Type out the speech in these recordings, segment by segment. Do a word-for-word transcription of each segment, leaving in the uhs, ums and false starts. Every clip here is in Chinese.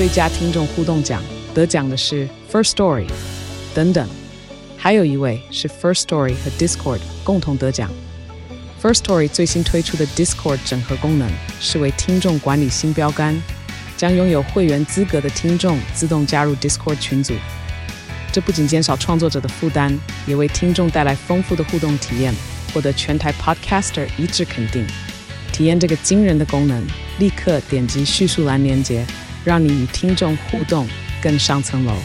最佳听众互动奖，得奖的是 First Story 等等，还有一位是 First Story 和 Discord 共同得奖。First Story 最新推出的 Discord 整合功能是为听众管理新标杆，将拥有会员资格的听众自动加入 Discord 群组。这不仅减少创作者的负担，也为听众带来丰富的互动体验，获得全台 Podcaster 一致肯定。体验这个惊人的功能，立刻点击叙述栏连结，让你与听众互动更上层楼。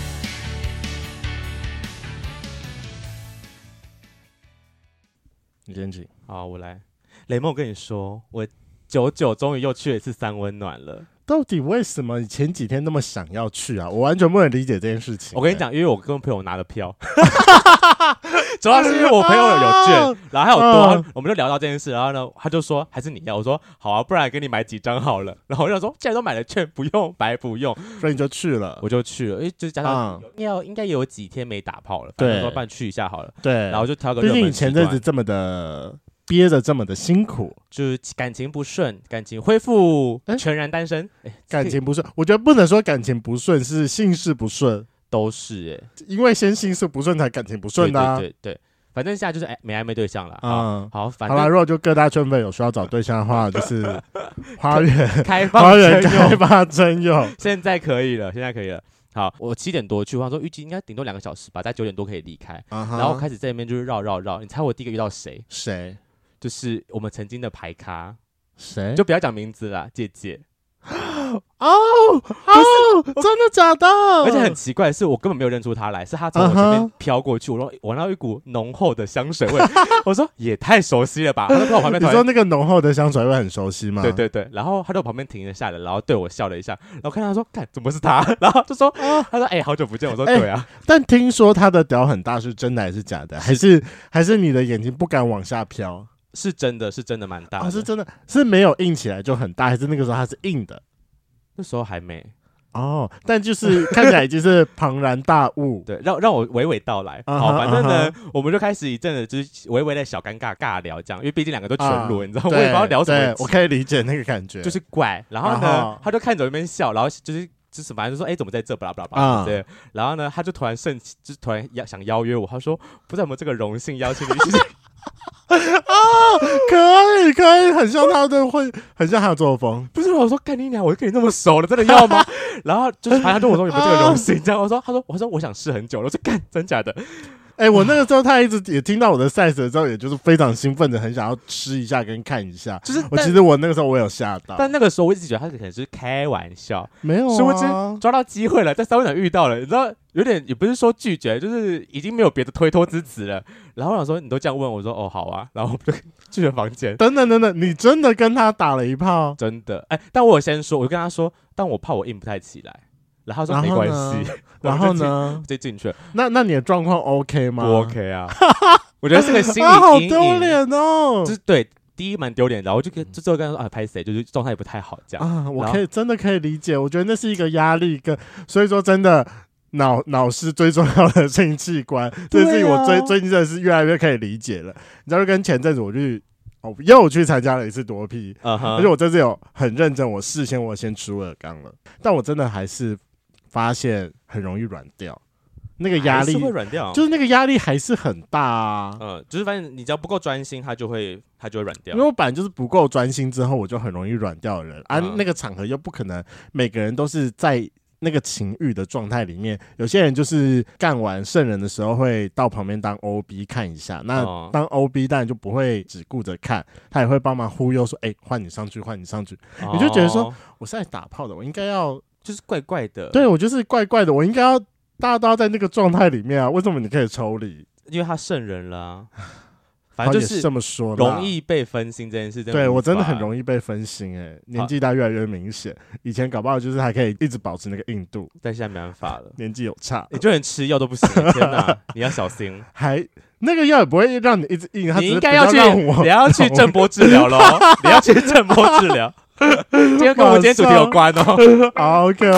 你先请。 好，我来。雷梦，我跟你说，我久久终于又去了一次三温暖了。 到底为什么你前几天那么想要去啊？我完全不能理解这件事情。 我跟你讲，因为我跟朋友拿了票，主要是因为我朋友有券，然后还有多、嗯，我们就聊到这件事，然后呢，他就说还是你要，我说好啊，不然给你买几张好了。然后我就说，既然都买了券，不用白不用， 所以你就去了， 我就去了，因为就加上、嗯、要应该也有几天没打炮了，反正说不然去一下好了， 对， 然后就挑个热门时段。 毕竟你前阵子这么的。憋着这么的辛苦， 就是感情不顺，感情恢复全然单身、欸欸、 感情不顺，我觉得不能说感情不顺，是性事不顺， 都是哎、欸， 因为先性事不顺才感情不顺的、啊， 对对 对, 对反正现在就是哎没暧昧对象了， 嗯， 好，反正好了，如果就各大圈粉有需要找对象的话，就是花园开放花园开发征友， 现在可以了，现在可以了。好，我七点多去，我想说预计应该顶多两个小时吧，在九点多可以离开， uh-huh. 然后开始在那边就是绕绕绕，你猜我第一个遇到谁？ 谁？ 就是我们曾经的牌咖， 谁？ 就不要讲名字啦，姐姐。 哦哦，真的假的？ 而且很奇怪的是，我根本没有认出她来，是她从我前面飘过去，我说我闻到一股浓厚的香水味，我说也太熟悉了吧？她就在我旁边， 你说那个浓厚的香水味很熟悉吗？ 对对对，然后她在我旁边停了下来，然后对我笑了一下，然后看她说，干怎么是她？然后就说，她说哎、欸，好久不见，我说对啊、 欸。但听说她的屌很大，是真的还是假的？还是还是你的眼睛不敢往下飘？ 是真的，是真的蛮大的、 哦，是真的，是没有硬起来就很大，还是那个时候它是硬的？ 那时候还没哦，但就是看起来已经是庞然大物。 对，让让我娓娓道来。Uh-huh, 好，反正呢， uh-huh. 我们就开始一阵的就是微微的小尴尬尬聊这样，因为毕竟两个都全裸， uh, 你知道，我也不知道聊什么。 我可以理解那个感觉， 就是怪。然后呢， uh-huh. 他就看着我那边笑，然后就是就是反正就说，哎、欸，怎么在这？巴拉巴拉巴拉对。然后呢，他就突然盛，就是突然要想邀约我，他说，不知道有没有这个荣幸邀请你去。 啊，可以可以，很像他的会，很像他的作风。 不是，我说干你娘，我跟你那么熟了，真的要吗？然后就是反正就我说有没有这个荣幸，这样我说，他说我说我想试很久了，我说干真假的。 哎、欸，我那个时候他一直也听到我的 size 的时候，也就是非常兴奋的，很想要吃一下跟看一下。就是我其实我那个时候我有吓到， 但那个时候我一直觉得他可能是开玩笑， 没有、啊， 殊不知抓到机会了，在三温暖遇到了，你知道有点也不是说拒绝，就是已经没有别的推脱之词了。然后我想说你都这样问，我说哦好啊，然后我就去了房间。 等等等等，你真的跟他打了一炮？ 真的，哎、欸，但我有先说，我就跟他说，但我怕我硬不太起来。然后他说没关系， 然后呢， 就进去了。 那那你的状况 OK 吗？ 不 OK 啊，我觉得是个心理阴影， 啊、好丢脸哦。 就是对，第一蛮丢脸，然后就跟就最后跟他说啊，拍谁，就是状态也不太好这样啊。我可以真的可以理解，我觉得那是一个压力跟，所以说真的脑脑是最重要的性器官，这件事情我最、啊、最近真的是越来越可以理解了。你知道，跟前阵子我去。哦，又去参加了一次多 P，、uh-huh. 而且我这次有很认真，我事先我先出耳缸了，但我真的还是发现很容易软掉，那个压力是会软掉， 就是那个压力还是很大啊。 嗯，就是反正你只要不够专心，它就会它就会软掉。 因为我本来就是不够专心之后，我就很容易软掉的人、嗯、啊。那个场合又不可能每个人都是在那个情欲的状态里面，有些人就是干完圣人的时候会到旁边当 O B 看一下，那当 O B 当然就不会只顾着看，他也会帮忙忽悠说，哎、欸，换你上去，换你上去，哦、你就觉得说我是来打炮的，我应该要就是怪怪的， 对我就是怪怪的，我应该要大家都要在那个状态里面啊，为什么你可以抽离？ 因为他圣人了、啊。反正就是这么说， 容易被分心这件事真的， 对我真的很容易被分心哎、欸，年纪大越来越明显。以前搞不好就是还可以一直保持那个硬度， 但现在没办法了， 年纪有差， 你就连吃药都不行，天哪，你要小心。 还那个药也不会让你一直硬，它你应该要去， 你要去震波治疗咯，你要去震波治疗。今天跟我们今天主题有关哦。 好 ，OK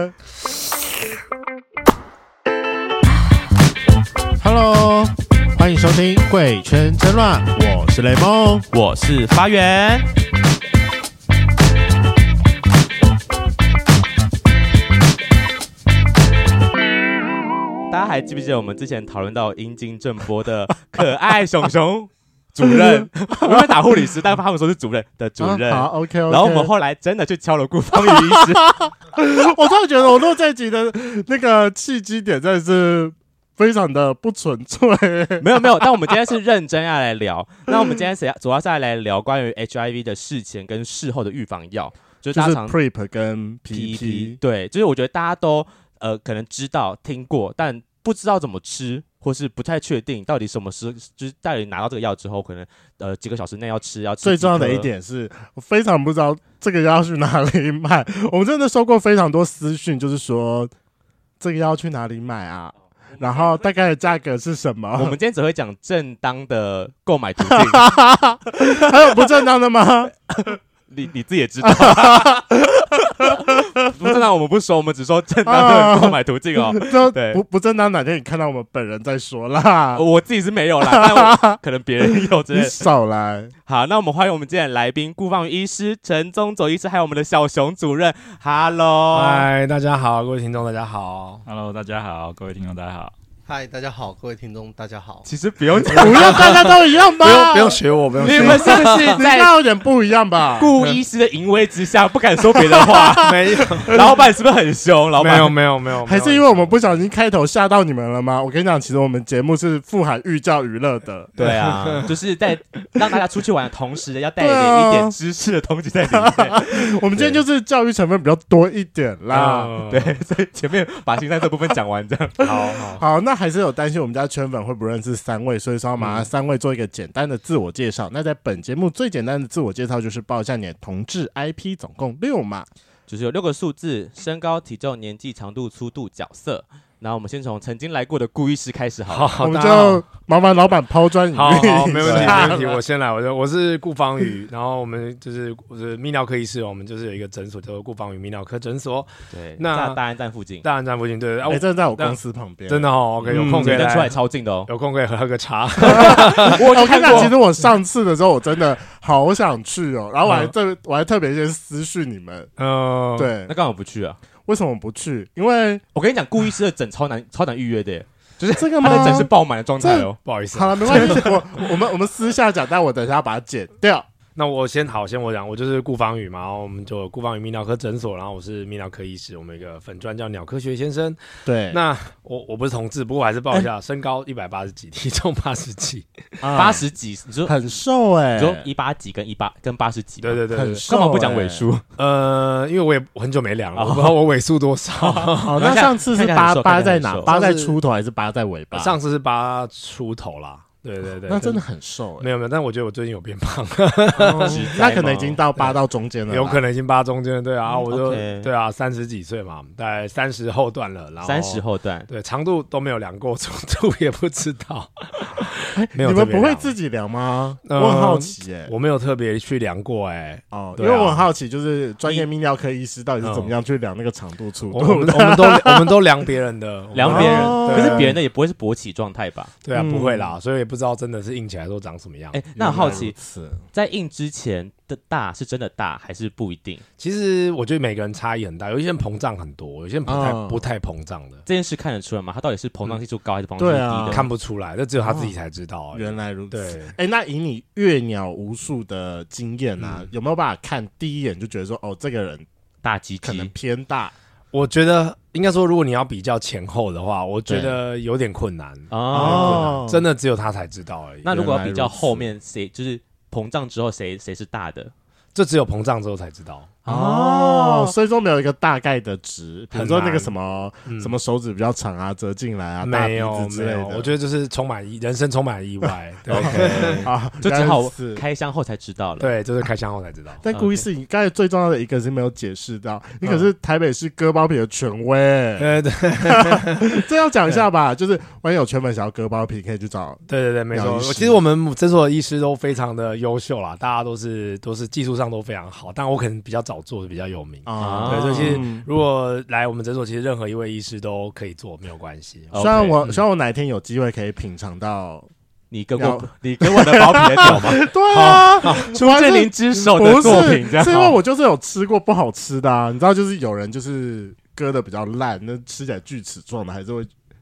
OK。Hello。欢迎收听《贵圈争乱》，我是雷梦， 我是发源。 还记不记得我们之前讨论到阴茎正波的可爱熊熊主任？我们打护理师，但他们说是主任的主任。 啊、好 ，OK OK。 然后我们后来真的去敲了顾芳瑜医师。 我突然觉得我录这一集的那个契机点真的是非常的不纯粹。 没有没有，但我们今天是认真要来聊。那我们今天是主要是要来聊关于 H I V 的事前跟事后的预防药，就是大家常就是 P R E P 跟 P E P E P。 P。对，就是我觉得大家都呃可能知道听过，但不知道怎么吃，或是不太确定到底什么时，就是到底拿到这个药之后，可能呃几个小时内要吃，要吃。 最重要的一点是，我非常不知道这个药要去哪里买。我们真的收过非常多私讯，就是说这个药去哪里买啊？然后大概的价格是什么？ 我们今天只会讲正当的购买途径， 还有不正当的吗？ 你你自己也知道。不正当我们不说，我们只说正当的购买途径哦。 就对， 不不正当哪天你看到我们本人再说啦。 我自己是没有啦，但我可能别人有之类你的。 少来。 好，那我们欢迎我们今天的来宾顾芳瑜医师、陈宗佐医师，还有我们的小熊主任。Hello， 嗨，大家好，各位听众，大家好。 Hello， 大家好，各位听众，大家好。 嗨，大家好，各位听众，大家好。 其实不用讲， 不用大家都一样吧？ 不用不用学我，不用学我。 你们是不是你在那有点不一样吧？ 顾医师的淫威之下不敢说别的话？ 没有， 老板是不是很凶？老板没有，没有，没有， 还是因为我们不小心开头吓到你们了吗？我跟你讲，其实我们节目是富含寓教于乐的。 对啊，就是在让大家出去玩的同时，要带一点一点知识的东西在里面。 我们今天就是教育成分比较多一点啦。 嗯对，所以前面把新三这部分讲完，这样。 好好。 好，那还是有担心我们家圈粉会不认识三位，所以说要马上三位做一个简单的自我介绍。那在本节目最简单的自我介绍就是报一下你的同志 I P， 总共六码， 就是有六个数字：身高、体重、年纪、长度、粗度、角色。然后我们先从曾经来过的顾医师开始好了， 好， 我们大家好就麻烦老板抛砖引玉。 好好，没问题， 对没问题。我先来，我就我是顾芳瑜，然后我们就是我是泌尿科医师，我们就是有一个诊所叫做顾芳瑜泌尿科诊所， 对， 那在大安站附近， 大安站附近，对对。啊哎， 我真的在我公司旁边， 真的哦，OK，有空可以跟出来来， 超近的哦。 有空可以喝个茶。 我我跟你讲，其实我上次的时候，我真的好想去哦，然后我还特我还特别先私讯你们， 嗯， 对那，干嘛不去啊？ 为什么不去？因为我跟你讲，顾医师的诊超难超难预约的耶，就是这个吗？ 他的诊是爆满的状态哦。 不好意思。 好了，没关系，我我们我们私下讲，但我等一下把它剪掉。 那我先好，先我讲，我就是顾芳瑜嘛，然后我们就有顾芳瑜泌尿科诊所，然后我是泌尿科医师，我们有一个粉专叫鸟科学先生。 对， 那我我不是同志，不过我还是报一下，身高一百八十几，体重八十几， 八十几，你说很瘦哎， 你说一八几跟一八跟八十几吗， 对对对对， 很瘦干嘛不讲尾数？ 呃，因为我也很久没量了， 哦我不知道我尾数多少。 哦，那上次是八看起来很瘦八在哪？ 看起来很瘦八在出头还是八在尾巴？ 上次是八出头啦，对对对， 那真的很瘦哎。 没有没有，但我觉得我最近有变胖， 哦实在吗那可能已经到八到中间了啦， 有可能已经八中间了，对啊， 嗯我就 OK 对啊，三十几岁嘛，大概三十后段了，然后三十后段， 对长度都没有量过，粗度也不知道，没有你们不会特别量自己量吗？ 呃我很好奇哎。 我没有特别去量过哎、 哦，因对啊为我很好奇，就是专业泌尿科医师到底是怎么样去量那个长度粗度我我们我们都我们都量别人的， 量别人， 哦可是别人的也不会是勃起状态吧？ 对啊， 嗯不会啦，所以也不知道真的是硬起来都长什么样。 哎，那很好奇原来如，此在硬之前的大是真的大还是不一定？ 其实我觉得每个人差异很大，有一些人膨胀很多，有些人不太、 嗯不太膨胀的， 这件事看得出来吗？他到底是膨胀系数高还是膨胀系数对啊低的？ 看不出来，这只有他自己才知道而已。 原来如此。 对， 哎，那以你阅鸟无数的经验啊嗯， 有没有办法看第一眼就觉得说，哦，这个人大鸡可能鸡， 偏大？ 我觉得应该说，如果你要比较前后的话，我觉得有点困难， 哦。 哦， 真的只有他才知道而已。 那如果要比较原来如此后面谁就是膨胀之后谁谁是大的？ 这只有膨胀之后才知道。 哦，所以说没有一个大概的值，比如说很难那个什么嗯什么手指比较长啊，折进来啊，大鼻没有没有， 子之类的。 我觉得就是充满意，人生充满意外。对 OK 啊， 就只原来好如此开箱后才知道了。 对，就是开箱后才知道。 但故意是你刚才最重要的一个是没有解释到，你可是台北市割包皮的权威， 对对这要讲一下吧。就是万一有圈粉想要割包皮，可以去找。 对对对，没错。 廖医师其实我们诊所的医师都非常的优秀啦，大家都是都是技术上都非常好，但我可能比较早做的比较有名。 啊， 对，所以其实嗯如果来我们诊所，其实任何一位医师都可以做，没有关系。 OK 希望我嗯希望我哪一天有机会可以品尝到。 你跟我要你跟我的包皮的脚吗？ 对啊， 出自您之手的不作品，这样是，是因为我就是有吃过不好吃的啊，你知道，就是有人就是割的比较烂，那吃起来锯齿状的，还是会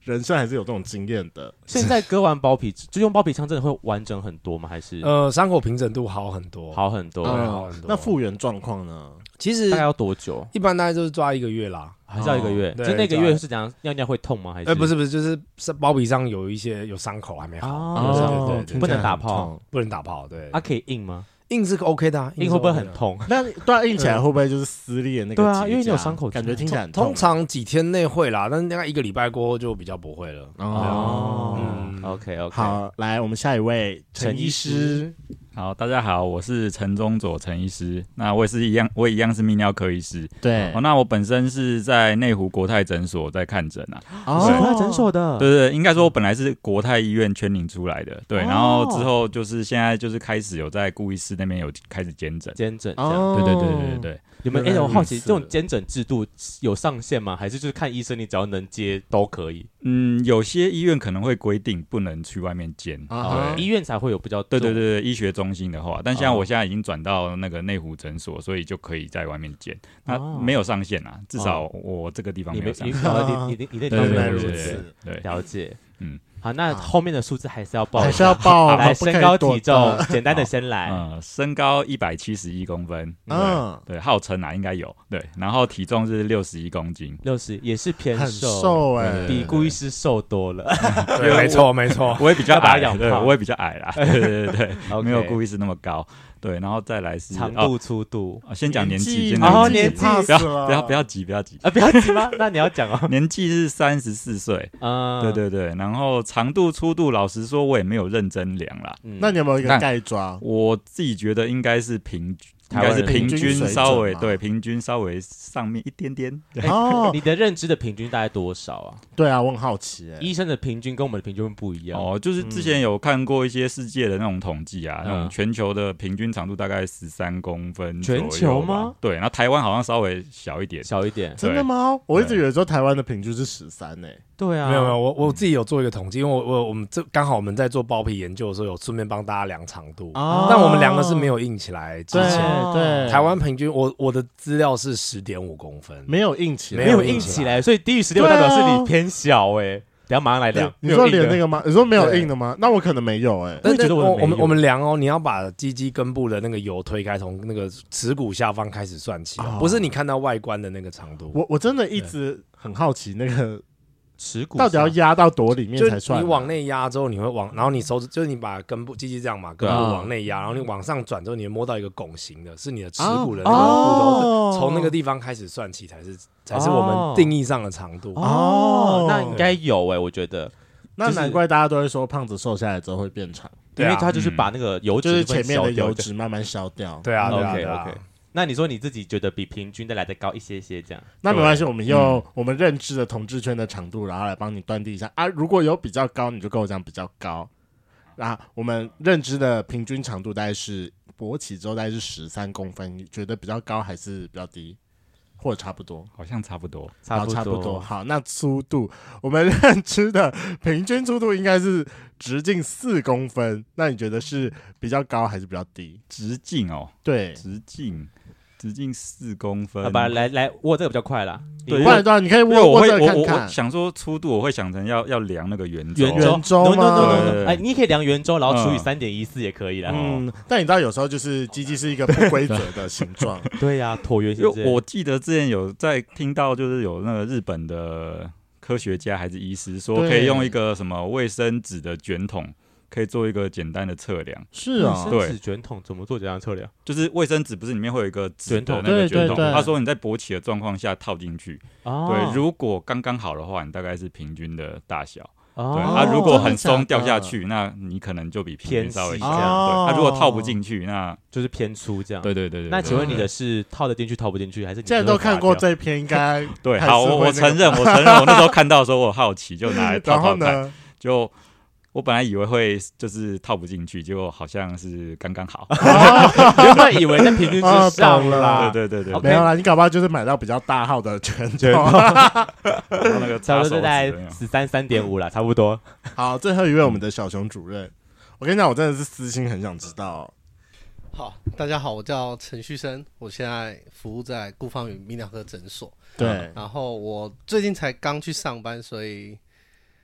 人生还是有这种经验的。 现在割完包皮，就用包皮枪真的会完整很多吗？还是呃，伤口平整度好很多， 好很多？ 对， 嗯好很多。 那复原状况呢？ 其实大概要多久？ 一般大概就是抓一个月啦。 还是要一个月？ 对就那个月是怎样？尿尿会痛吗？还是？ 呃，不是不是，就是是包皮上有一些有伤口还没好， 哦对对对对对， 不能打炮， 不能打炮，对。 啊，可以硬吗？ 硬是 OK 的， 硬会不会很痛？ 那对啊，硬起来会不会就是撕裂那个？ 对啊，因为你有伤口， 感觉听起来很痛。 通常几天内会啦，但是大概一个礼拜过后就比较不会了。 哦，嗯 ，OK OK， 好，来我们下一位陈医师。 好，大家好，我是陈宗佐陈医师。那我也是一样，我也一样是泌尿科医师。 对， 哦，那我本身是在内湖国泰诊所在看诊啊。 哦，是国泰诊所的。 对对，应该说我本来是国泰医院圈领出来的，对， 哦、 然后之后就是现在就是开始有在顾医师那边有开始兼诊， 兼诊这样。 哦、对对对对对对。 你们哎、欸，我好奇这种兼诊制度有上限吗？还是就是看医生，你只要能接都可以？ 嗯，有些医院可能会规定不能去外面兼， 啊、医院才会有比较对对对对，医学中心的话，但现在我现在已经转到那个内湖诊所，所以就可以在外面兼，那没有上限啊，至少我这个地方没有上限。 你你你你那地方原来如此，对， 了解， 嗯。 好，那后面的数字还是要报， 还是要报。 来，身高体重，简单的先来。 嗯，身高一百七十一公分，嗯，对，号称啊应该有，对，然后体重是六十一公斤， 六十也是偏瘦， 很瘦哎、欸， 比顾医师瘦多了。 对，没错没错， 我也比较矮， 对， 我也比较矮啦，对对对对，没有顾医师那么高。对，然后再来是长度、粗度。 哦、先讲年纪， 哦，年纪不要不要不要急，不要急啊，不要急吗？那你要讲哦。 年纪是三十四岁，啊，对对对。然后长度、粗度，老实说，我也没有认真量啦。 嗯、那你有没有一个概抓？ 我自己觉得应该是平均。应该是平均稍微对平均稍微上面一点点。 哦，你的认知的平均大概多少啊？ 对啊，我很好奇哎、欸。 医生的平均跟我们的平均不一样哦，就是之前有看过一些世界的那种统计啊， 嗯、 那种全球的平均长度大概十三公分左右吧。 全球吗？ 对，然后台湾好像稍微小一点， 小一点。 真的吗？我一直以为说台湾的平均是十三呢。 对啊， 没有没有，我我自己有做一个统计，因为我我我们这刚好我们在做包皮研究的时候，有顺便帮大家量长度，哦、但我们量的是没有硬起来之前， 对， 台湾平均我我的资料是十点五公分， 没有硬起来， 没有硬起来，所以低于十六代表是你偏小哎、欸。等下马上来量， 你说连那个吗？你说没有硬的吗？那我可能没有哎、欸。 但是我我们我们量哦，你要把鸡鸡根部的那个油推开，从那个耻骨下方开始算起、哦，不是你看到外观的那个长度。 我我真的一直很好奇那个。 耻骨到底要压到多里面才算、啊？ 你往内压之后，你会往，然后你手指就是你把根部鸡鸡这样嘛，根部往内压，然后你往上转之后，你会摸到一个拱形的，是你的耻骨的那个骨头，从、哦、那个地方开始算起才是才是我们定义上的长度。 哦，哦那应该有哎、欸，我觉得。 那难怪大家都会说胖子瘦下来之后会变长， 因为他就是把那个油脂、 嗯、就是前面的油脂慢慢消掉。 对啊，对啊 ，OK OK。那你说你自己觉得比平均的来的高一些些，这样那没关系，我们用我们认知的同志圈的长度，然后来帮你断定一下啊。如果有比较高，你就跟我讲比较高。那我们认知的平均长度大概是勃起之后大概是十三公分，你觉得比较高还是比较低？或者差不多？ 好像差不多， 差不多。 差不多。好，那粗度，我们认知的平均粗度应该是直径四公分。那你觉得是比较高还是比较低？ 直径哦， 对， 直径。直径四公分， 好吧，来来握这个比较快啦。 对，不然的话你可以握握这个看看。 我我想说粗度，我会想成要要量那个圆周， 圆周吗？ 哎，你可以量圆周，然后除以三点一四也可以啦。 嗯，但你知道有时候就是鸡鸡是一个不规则的形状。 对呀，椭圆形。 因为我记得之前有在听到，就是有那个日本的科学家还是医师说，可以用一个什么卫生纸的卷筒。可以做一个简单的测量， 是啊， 对，卫生纸卷筒怎么做简单的测量？ 就是卫生纸不是里面会有一个纸的那个卷筒，他说你在勃起的状况下套进去，哦、对，如果刚刚好的话，你大概是平均的大小，哦、对，啊，如果很松掉下去，那你可能就比平均稍微小，对，啊，如果套不进去，那就是偏粗这样， 对对对对。 那请问你的是套得进去套不进去，还是你既然都看过这篇，应该对，好，我我承认，我承认，我那时候看到的时候我好奇，就拿来套套看，就。我本来以为会就是套不进去，结果好像是刚刚好。 原本以为在平均之上啦， 对对对对， 没有啦，你搞不好就是买到比较大号的卷筒， 那个差不多在十三三点五啦，差不多。 好，最后一位我们的小熊主任，我跟你讲，我真的是私心很想知道、哦。 好，大家好，我叫陈旭生，我现在服务在顾方宇泌尿科诊所。 对， 然后我最近才刚去上班，所以。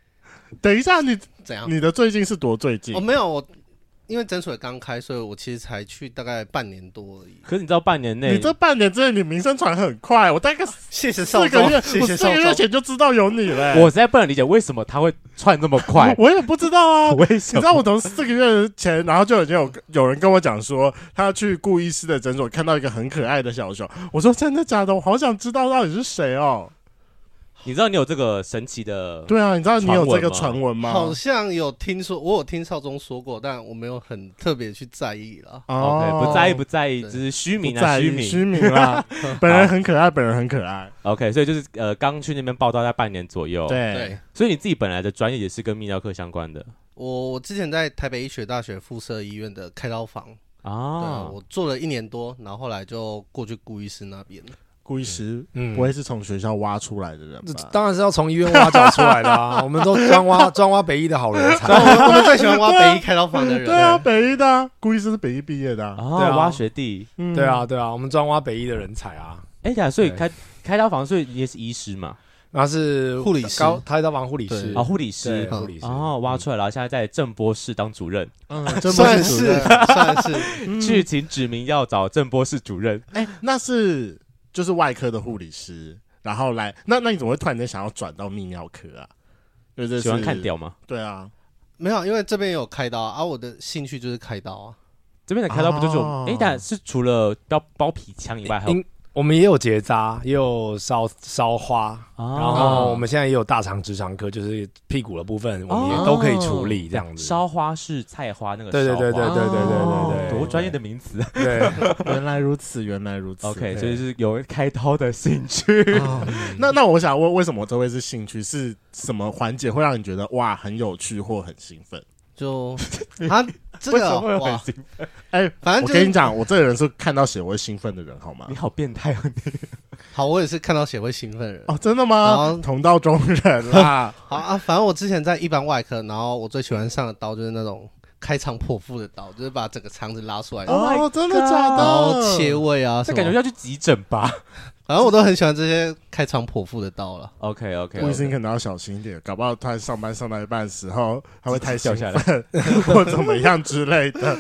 等一下，你怎样？ 你的最近是多最近？ 哦，没有，我因为诊所也刚开，所以我其实才去大概半年多而已。 可是你知道半年内， 你这半年之内你名声传很快，我大概谢谢四个月， 谢我四个月前就知道有你了、 欸。我实在不能理解为什么他会窜这么快， 我, 我也不知道啊。 为什么？ 你知道我从四个月前，然后就已经有有人跟我讲说，他去顾医师的诊所看到一个很可爱的小熊。我说真的假的？我好想知道到底是谁哦。 你知道你有这个神奇的？ 对啊，你知道你有这个传闻吗？ 好像有听说，我有听少宗说过，但我没有很特别去在意啦。 哦、OK， 不在意不在意，只是虚名啊，虚名虚名啦。本人很可爱，本人很可爱。 OK， 所以就是呃，刚去那边报道在半年左右。 对对， 所以你自己本来的专业也是跟泌尿科相关的。 我我之前在台北医学大学附设医院的开刀房啊， 对，我做了一年多，然后后来就过去顾医师那边。 顾医师不会是从学校挖出来的人吧？ 当然是要从医院挖角出来的啊！我们都专挖专挖北医的好人才， 我们最喜欢挖北医开刀房的人。 对啊，北医的、啊，顾医师是北医毕业的啊， 哦、啊挖学弟、 嗯。对啊，对啊，我们专挖北医的人才啊！ 哎、欸，所以开开刀房，所以你也是医师嘛？ 然后是护理师， 开刀房护理师啊，护理师， 护理师哦，挖出来，然后现在在郑波士当主任， 嗯，算是算是。 剧情指明要找郑波士主任， 哎、欸，那是。就是外科的护理师，然后来那那你怎么会突然间想要转到泌尿科啊？就是喜欢看屌吗？ 对啊， 没有，因为这边有开刀啊，我的兴趣就是开刀啊。 这边的开刀不就是哎，但、哦欸、是除了要包皮枪以外，还有我们也有结扎，也有烧烧花、哦，然后我们现在也有大肠直肠科，就是屁股的部分，我们也都可以处理这样子。 烧花是菜花那个烧花， 对对对对对对对对对，多专业的名词。 对， 原来如此，原来如此。 OK， 所以是有开刀的兴趣。 哦、那那我想问，为什么这会是兴趣？是什么环节会让你觉得哇很有趣或很兴奋？ 就他这个哇， 哎、欸，反正、就是、我跟你讲，我这个人是看到血会兴奋的人，好吗？ 你好变态哦！你好，我也是看到血会兴奋的人哦，真的吗？同道中人啦。 好啊，反正我之前在一般外科，然后我最喜欢上的刀就是那种开肠破腹的刀，就是把整个肠子拉出来。 哦，真的假的？ 然后切胃啊， 这感觉要去急诊吧？ 反正我都很喜欢这些开肠破腹的刀了。 OK OK， 顾医生可能要小心一点，搞不好突然上班上到一半的时候，他会太兴奋或怎么样之类的。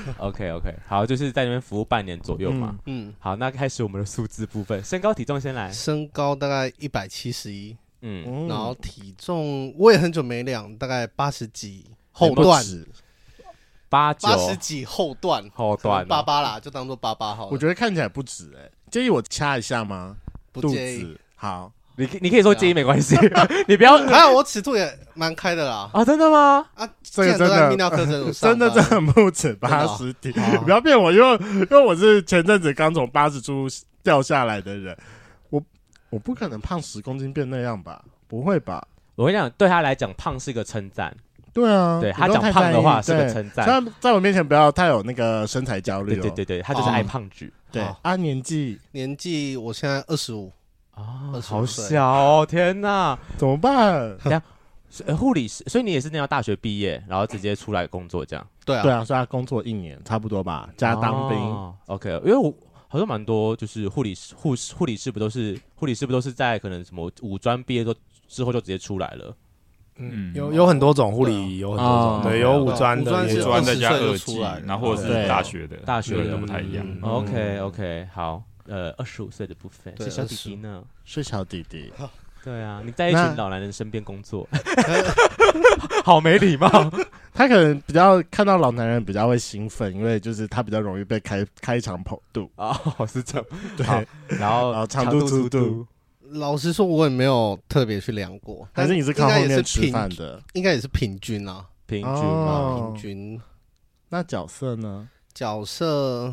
OK OK， 好，就是在那边服务半年左右嘛。嗯，好，那开始我们的数字部分，身高体重先来。 身高大概一百七十一，嗯，然后体重我也很久没量，大概八十几后段。 八九八十几后段， 后段八八啦，就当做八八好了。 我觉得看起来不止哎、欸，介意我掐一下吗？ 不介意。 好， 你你可以说介意没关系，你不要。 还有我尺度也蛮开的啦。 啊，真的吗？ 啊， 这个真的泌尿科诊所真的真的不止八十几，你不要骗我，因为因为我是前阵子刚从八十出掉下来的人，我我不可能胖十公斤变那样吧？不会吧？ 我跟你讲，对他来讲，胖是个称赞。 对啊， 对他讲胖的话是个称赞， 他在我面前不要太有那个身材焦虑、哦。 对对对对，他就是爱胖子。 哦、对啊，年纪年纪我现在二十五啊，好小哦！天哪， 怎么办？ 护理师，所以你也是那样大学毕业，然后直接出来工作这样？ 对啊， 对啊，所以他工作一年差不多吧，加当兵。 哦、OK， 因为我好像蛮多就是护理师、护护理师不都是护理师不都是在可能什么五专毕业都之后就直接出来了。 嗯，有有很多种护理，有很多种，对，有五专的， 五专的加二技，然后或者是大学的， 大学的都不太一样。 OK OK， 好，呃，二十五岁的部分是小弟弟呢， 是小弟弟。 对啊，你在一群老男人身边工作，好没礼貌。 他可能比较看到老男人比较会兴奋，因为就是他比较容易被开开肠破肚哦，是这样。 对， 然后然后长度粗度。 老实说，我也没有特别去量过， 还是你是靠后面吃饭的？ 应该也是平均啊， 平均啊， 哦、 平均。 那角色呢？ 角色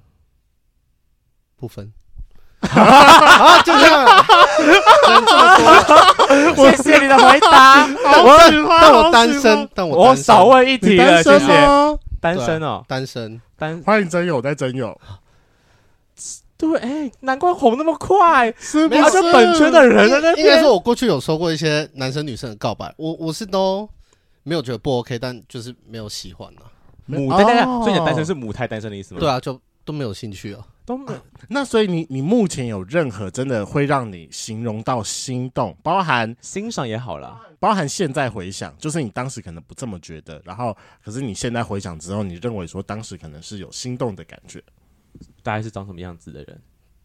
不分。啊，就这样。 谢谢你的回答。 我但我单身，但我我少问一题了，谢谢。单身哦， 单身， 单欢迎真友，在真友。 对，哎、欸，难怪红那么快， 是不是？他就本圈的人在那边。 应该说，我过去有收过一些男生女生的告白，我我是都没有觉得不 OK， 但就是没有喜欢啊。 母胎单身，所以你的单身是母胎单身的意思吗？ 对啊，就都没有兴趣啊。 都没有、 啊。那所以你你目前有任何真的会让你形容到心动，包含欣赏也好啦， 包含现在回想，就是你当时可能不这么觉得，然后可是你现在回想之后，你认为说当时可能是有心动的感觉， 大概是长什么样子的人？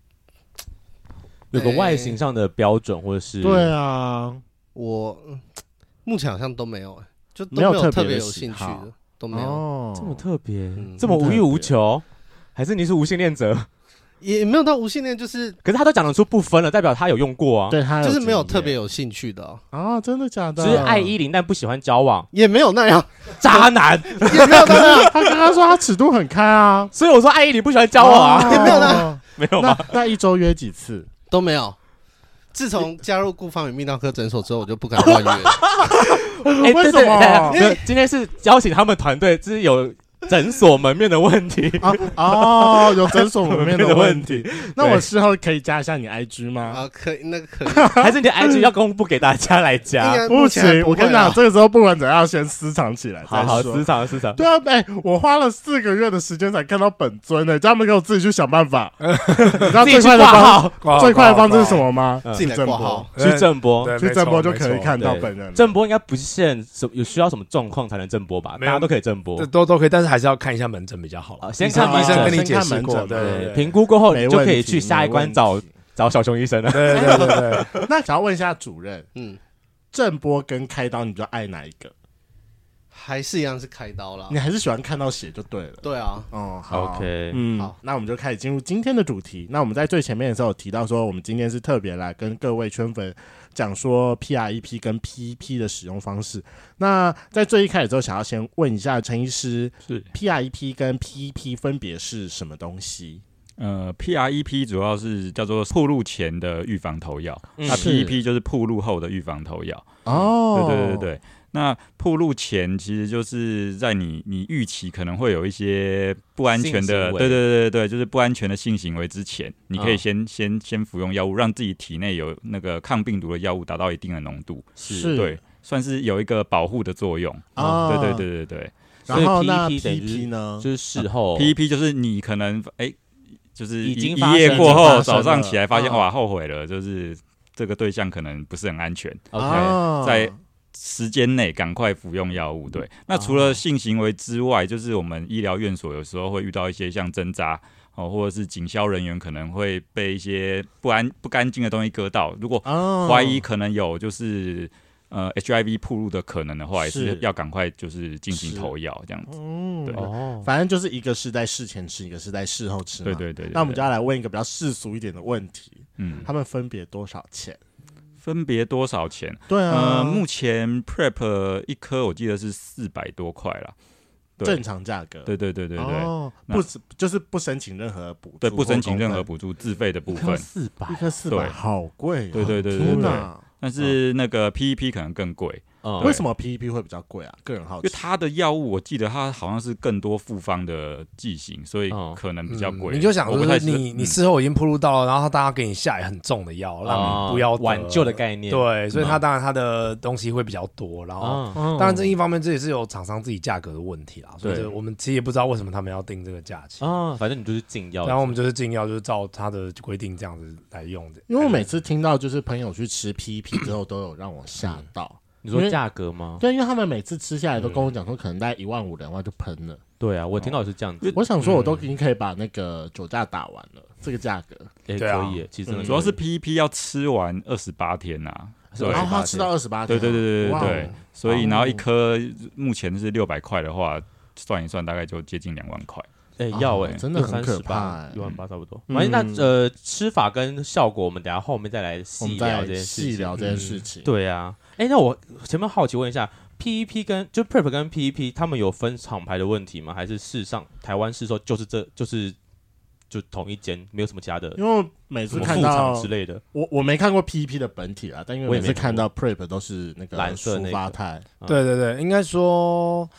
有个外形上的标准，或者是对啊， 我目前好像都没有、欸，就都没有特别有兴趣的，都没有、 哦、 这么特别、 嗯， 这么无欲无求，还是你是无性恋者？ 也没有到无性恋，就是可是他都讲得出不分了，代表他有用过啊。 对，他就是没有特别有兴趣的啊， 啊真的假的？ 就是爱依林但不喜欢交往， 也没有那样， 渣男也没有那样。 他刚刚说他尺度很开啊， 所以我说爱依林不喜欢交往啊， 哦、 也没有那没有吗？ 那一周约几次？ 都没有。自从加入顾方宇泌尿科诊所之后，我就不敢乱约。 哎、欸， 为什么？ 没有，今天是邀请他们团队，就是有诊所门面的问题啊哦，有诊所门面的问题。那我事后可以加一下你 I G 吗？ 啊，可以，那个可以。 还是你的 I G 要公布给大家来加？ 不行，我跟你讲，这个时候不管怎样，先私藏起来。 好好，私藏私藏。 对啊，哎、欸，我花了四个月的时间才看到本尊呢、欸，叫他们给我自己去想办法。你知道最快的方最快的方式是什么吗？ 自己挂号， 去正播， 去正播就可以看到本人。 正播应该不限什有需要什么状况才能正播吧？大家都可以正播， 都都可以，但是还是要看一下门诊比较好。 先看医生跟你解释过，对， 评估过后你就可以去下一关找找小熊医生了。 对对对对。 那想要问一下主任， 嗯， 正播跟开刀，你比较爱哪一个？ 还是一样是开刀啦。 你还是喜欢看到血就对了。 对啊。 哦，好 ，OK， 嗯， 好， 那我们就开始进入今天的主题。那我们在最前面的时候有提到说，我们今天是特别来跟各位圈粉讲说 P R E P 跟 P E P 的使用方式。那在最一开始之后，想要先问一下陈医师， 是 P R E P 跟 P E P 分别是什么东西？ 呃 ，P R E P 主要是叫做暴露前的预防投药，那、 嗯、 P E P 就是暴露后的预防投药。 哦， 对对对对。那暴露前其实就是在你你预期可能会有一些不安全的，对对对对，就是不安全的性行为之前，你可以先、嗯、先先服用药物，让自己体内有那个抗病毒的药物达到一定的浓度， 是对，算是有一个保护的作用。 哦、 对对对对对。 然后那 P E P 呢？ 就是事后 P E P 就是你可能哎、欸，就是已经一夜过后早上起来发现、 哦、 哇后悔了，就是这个对象可能不是很安全。 OK，、 哦、 在时间内赶快服用药物。对，那除了性行为之外，就是我们医疗院所有时候会遇到一些像针扎哦，或者是警消人员可能会被一些不安不干净的东西割到，如果怀疑可能有就是呃 H I V 暴露的可能的话，也是要赶快就是进行投药这样子。 嗯， 对、 哦，反正就是一个是在事前吃，一个是在事后吃嘛。 对对 对, 对, 对。 那我们就要来问一个比较世俗一点的问题， 嗯， 他们分别多少钱？ 分别多少钱？ 对啊， 呃，目前 Prep 一颗我记得是四百多块啦， 正常价格。 对对对对对， 哦、不就是不申请任何补助， 对，不申请任何补助，自费的部分。 四百， 一颗四百，好贵、哦。 对对对对 对, 對。但是那个 P E P 可能更贵。 嗯、为什么 P E P 会比较贵啊？个人好奇， 因为它的药物我记得它好像是更多复方的剂型，所以可能比较贵、 嗯。你就想说你你事后已经暴露到了，然后大家给你下很重的药，让你不要挽救的概念。 对，所以它当然它的东西会比较多，然后当然这一方面这也是有厂商自己价格的问题啦，所以我们其实也不知道为什么他们要定这个价钱啊。反正你就是进药， 然后我们就是进药，就是照它的规定这样子来用的。 因为我每次听到就是朋友去吃 P E P 之后，都有让我吓到。 嗯你说价格吗？ 对，因为他们每次吃下来都跟我讲说，可能大概一万五、两万就喷了。 对啊，我听到是这样子。 我想说，我都已经可以把那个酒价打完了，这个价格也可以。其实主要是 P E P 要吃完二十八天呐， 然后他吃到二十八天。 对对对对对，所以然后一颗目前是六百块的话，算一算大概就接近两万块。 哎，要哎， 真的很可怕， 一万八差不多。反正那呃，吃法跟效果，我们等下后面再来细聊这件事情。 细聊这件事情。 对啊，哎，那我前面好奇问一下 ，P E P 跟就 Prep 跟 P E P， 他们有分厂牌的问题吗？还是事实上台湾市售就是这就是就同一间，没有什么其他的？ 因为每次看到之类的， 我我没看过 P E P 的本体啦，但因为每次看到 Prep 都是那个蓝色舒发肽。 对对对，应该说。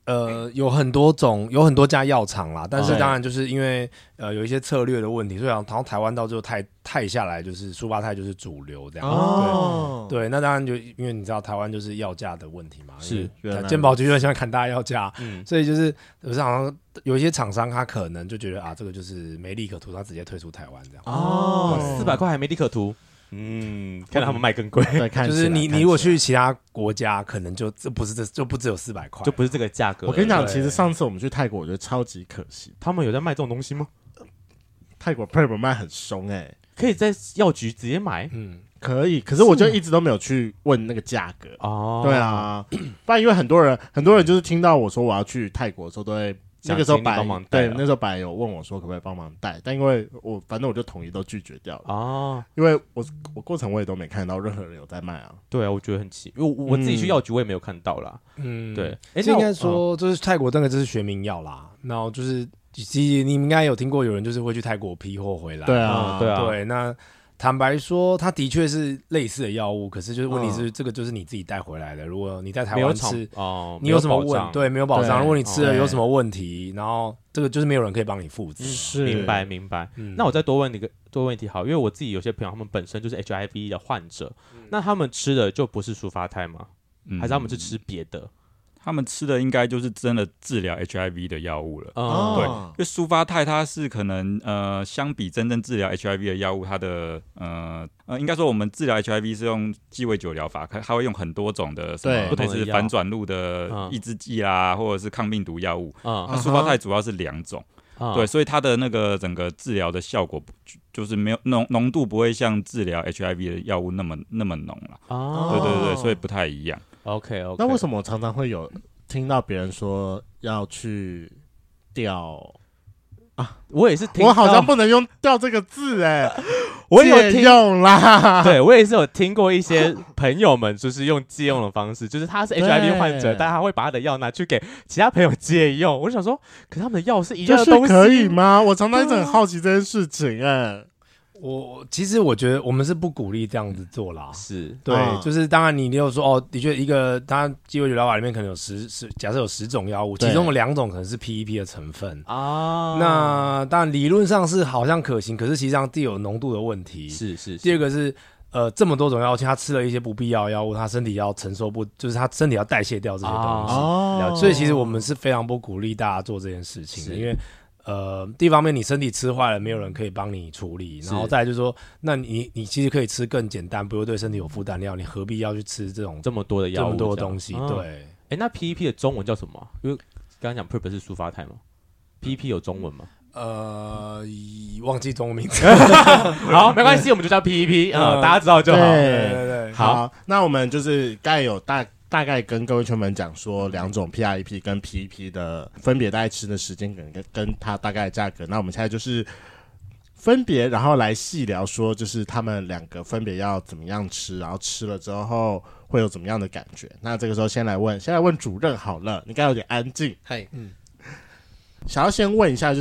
呃，有很多种，有很多家药厂啦，但是当然就是因为呃有一些策略的问题，所以好像台湾到最后泰泰下来就是舒发泰就是主流这样。哦，对，对，那当然就因为你知道台湾就是药价的问题嘛， 是健保局就想砍大家药价，嗯，所以就是有时候好像有一些厂商他可能就觉得啊，这个就是没利可图，他直接退出台湾这样。 哦，四百块还没利可图。嗯，看到他们卖更贵， 就是你你如果去其他国家，可能就这不是这就不只有四百块， 就不是这个价格。 我跟你讲，其实上次我们去泰国，我觉得超级可惜。 他们有在卖这种东西吗？ 泰国 Prep 卖很凶哎、欸， 可以在药局直接买， 嗯，可以。可是我就一直都没有去问那个价格哦。对啊，不然因为很多人很多人就是听到我说我要去泰国的时候，都会。那个时候白对，那时候白有问我说可不可以帮忙带，但因为我反正我就统一都拒绝掉了哦，因为我我过程我也都没看到任何人有在卖啊。 对啊，我觉得很奇，因为 我, 我自己去药局我也没有看到啦。嗯，对， 哎、欸，应该说就是泰国那个就是学名药啦，然后就是其实你们应该有听过有人就是会去泰国批货回来。 对啊， 对啊， 对，那。坦白说，它的确是类似的药物，可是就是问题是，这个就是你自己带回来的。如果你在台湾吃，哦，你有什么问？对，没有保障。如果你吃了有什么问题，然后这个就是没有人可以帮你负责。 是，明白明白。嗯、那我再多问你个多问题好，因为我自己有些朋友他们本身就是 H I V 的患者，嗯、那他们吃的就不是舒发泰吗？嗯、还是他们是吃别的？ 他们吃的应该就是真的治疗 H I V 的药物了，哦、对，因为舒发泰它是可能呃，相比真正治疗 H I V 的药物，它的呃呃，应该说我们治疗 H I V 是用鸡尾酒疗法，它它会用很多种的什么类似反转录的抑制剂啦，嗯、或者是抗病毒药物，那舒发泰主要是两种。嗯、对，所以它的那个整个治疗的效果就是没有浓浓度不会像治疗 H I V 的药物那么那么浓了。哦，对对对，所以不太一样。 OK OK， 那为什么我常常会有听到别人说要去吊啊？我也是听到， 我好像不能用“吊”这个字哎、欸， 我也有听用啦。 对，我也是有听过一些朋友们就是用借用的方式，就是他是 H I V 患者，但他会把他的药拿去给其他朋友借用。我就想说，可是他们的药是一样的东西， 可以吗？我常常一直很好奇这件事情哎、欸。 我其实我觉得我们是不鼓励这样子做啦， 是对，嗯、就是当然你有说哦，的确一个当然鸡尾酒疗法里面可能有十十，假设有十种药物，其中有两种可能是 P E P 的成分啊，那当然理论上是好像可行，可是实际上第有浓度的问题， 是 是, 是。 第二个是呃这么多种药物，他吃了一些不必要的药物，他身体要承受不，就是他身体要代谢掉这些东西，哦、所以其实我们是非常不鼓励大家做这件事情的，因为。呃，第一方面，你身体吃坏了，没有人可以帮你处理，然后再来就是说，那你你其实可以吃更简单，不会对身体有负担的药，你何必要去吃这种这么多的药物、 这么多的东西？嗯、对， 哎、欸，那 P E P 的中文叫什么？因为刚刚讲 Prep 是舒发泰吗 ？P E P 有中文吗？ 呃，忘记中文名字。 好，没关系，我们就叫 P E P， 呃，大家知道就好。 对对对，好，那我们就是刚才有大。大概跟各位圈粉讲说，两种 P R E P 跟 P E P 的分别大概吃的时间跟跟它大概的价格。那我们现在就是分别，然后来细聊说，就是他们两个分别要怎么样吃，然后吃了之后会有怎么样的感觉。那这个时候先来问，先来问主任好了，你刚才有点安静。 嗨，嗯， 想要先问一下，就是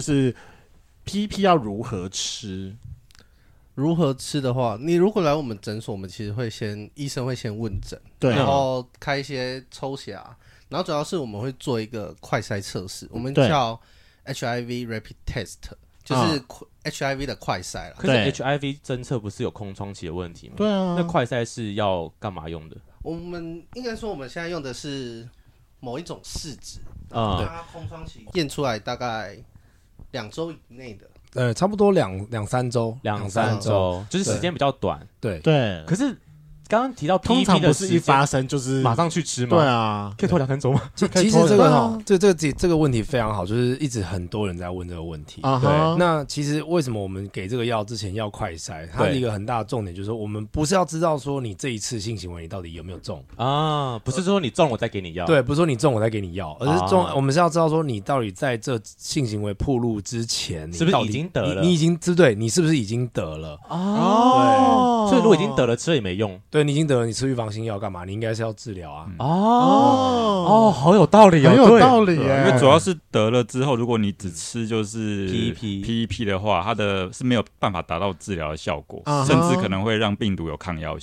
P E P 要如何吃？ 如何吃的话，你如果来我们诊所，我们其实会先医生会先问诊， 对， 然后开一些抽血啊，然后主要是我们会做一个快筛测试，我们叫 H I V Rapid Test， 就是 H I V 的快筛啦。 可是 H I V 侦测不是有空窗期的问题吗？ 对啊， 那快筛是要干嘛用的？ 我们应该说我们现在用的是某一种试纸啊，它空窗期验出来大概两周以内的。 呃，差不多两两三周， 两三周，就是时间比较短。 对对， 可是刚刚提到 P E P 的， 通常不是一发生就是马上去吃吗？ 对啊， 可以拖两三周吗？ 其实这个哈，这这个这个问题非常好，就是一直很多人在问这个问题。 啊、 对，那其实为什么我们给这个药之前要快筛？它一个很大的重点就是说，我们不是要知道说你这一次性行为你到底有没有中啊，不是说你中我再给你药， 对，不是说你中我再给你药，而是中、啊、我们是要知道说你到底在这性行为暴露之前， 是不是已经得了？ 你, 你已经对，你是不是已经得了？ 哦，对，所以如果已经得了，吃了也没用。 对，你已经得了，你吃预防性药干嘛？你应该是要治疗啊。 哦哦，好有道理， 很有道理耶。 因为主要是得了之后，如果你只吃就是 P E P P E P 的话，它的是没有办法达到治疗的效果，甚至可能会让病毒有抗药性。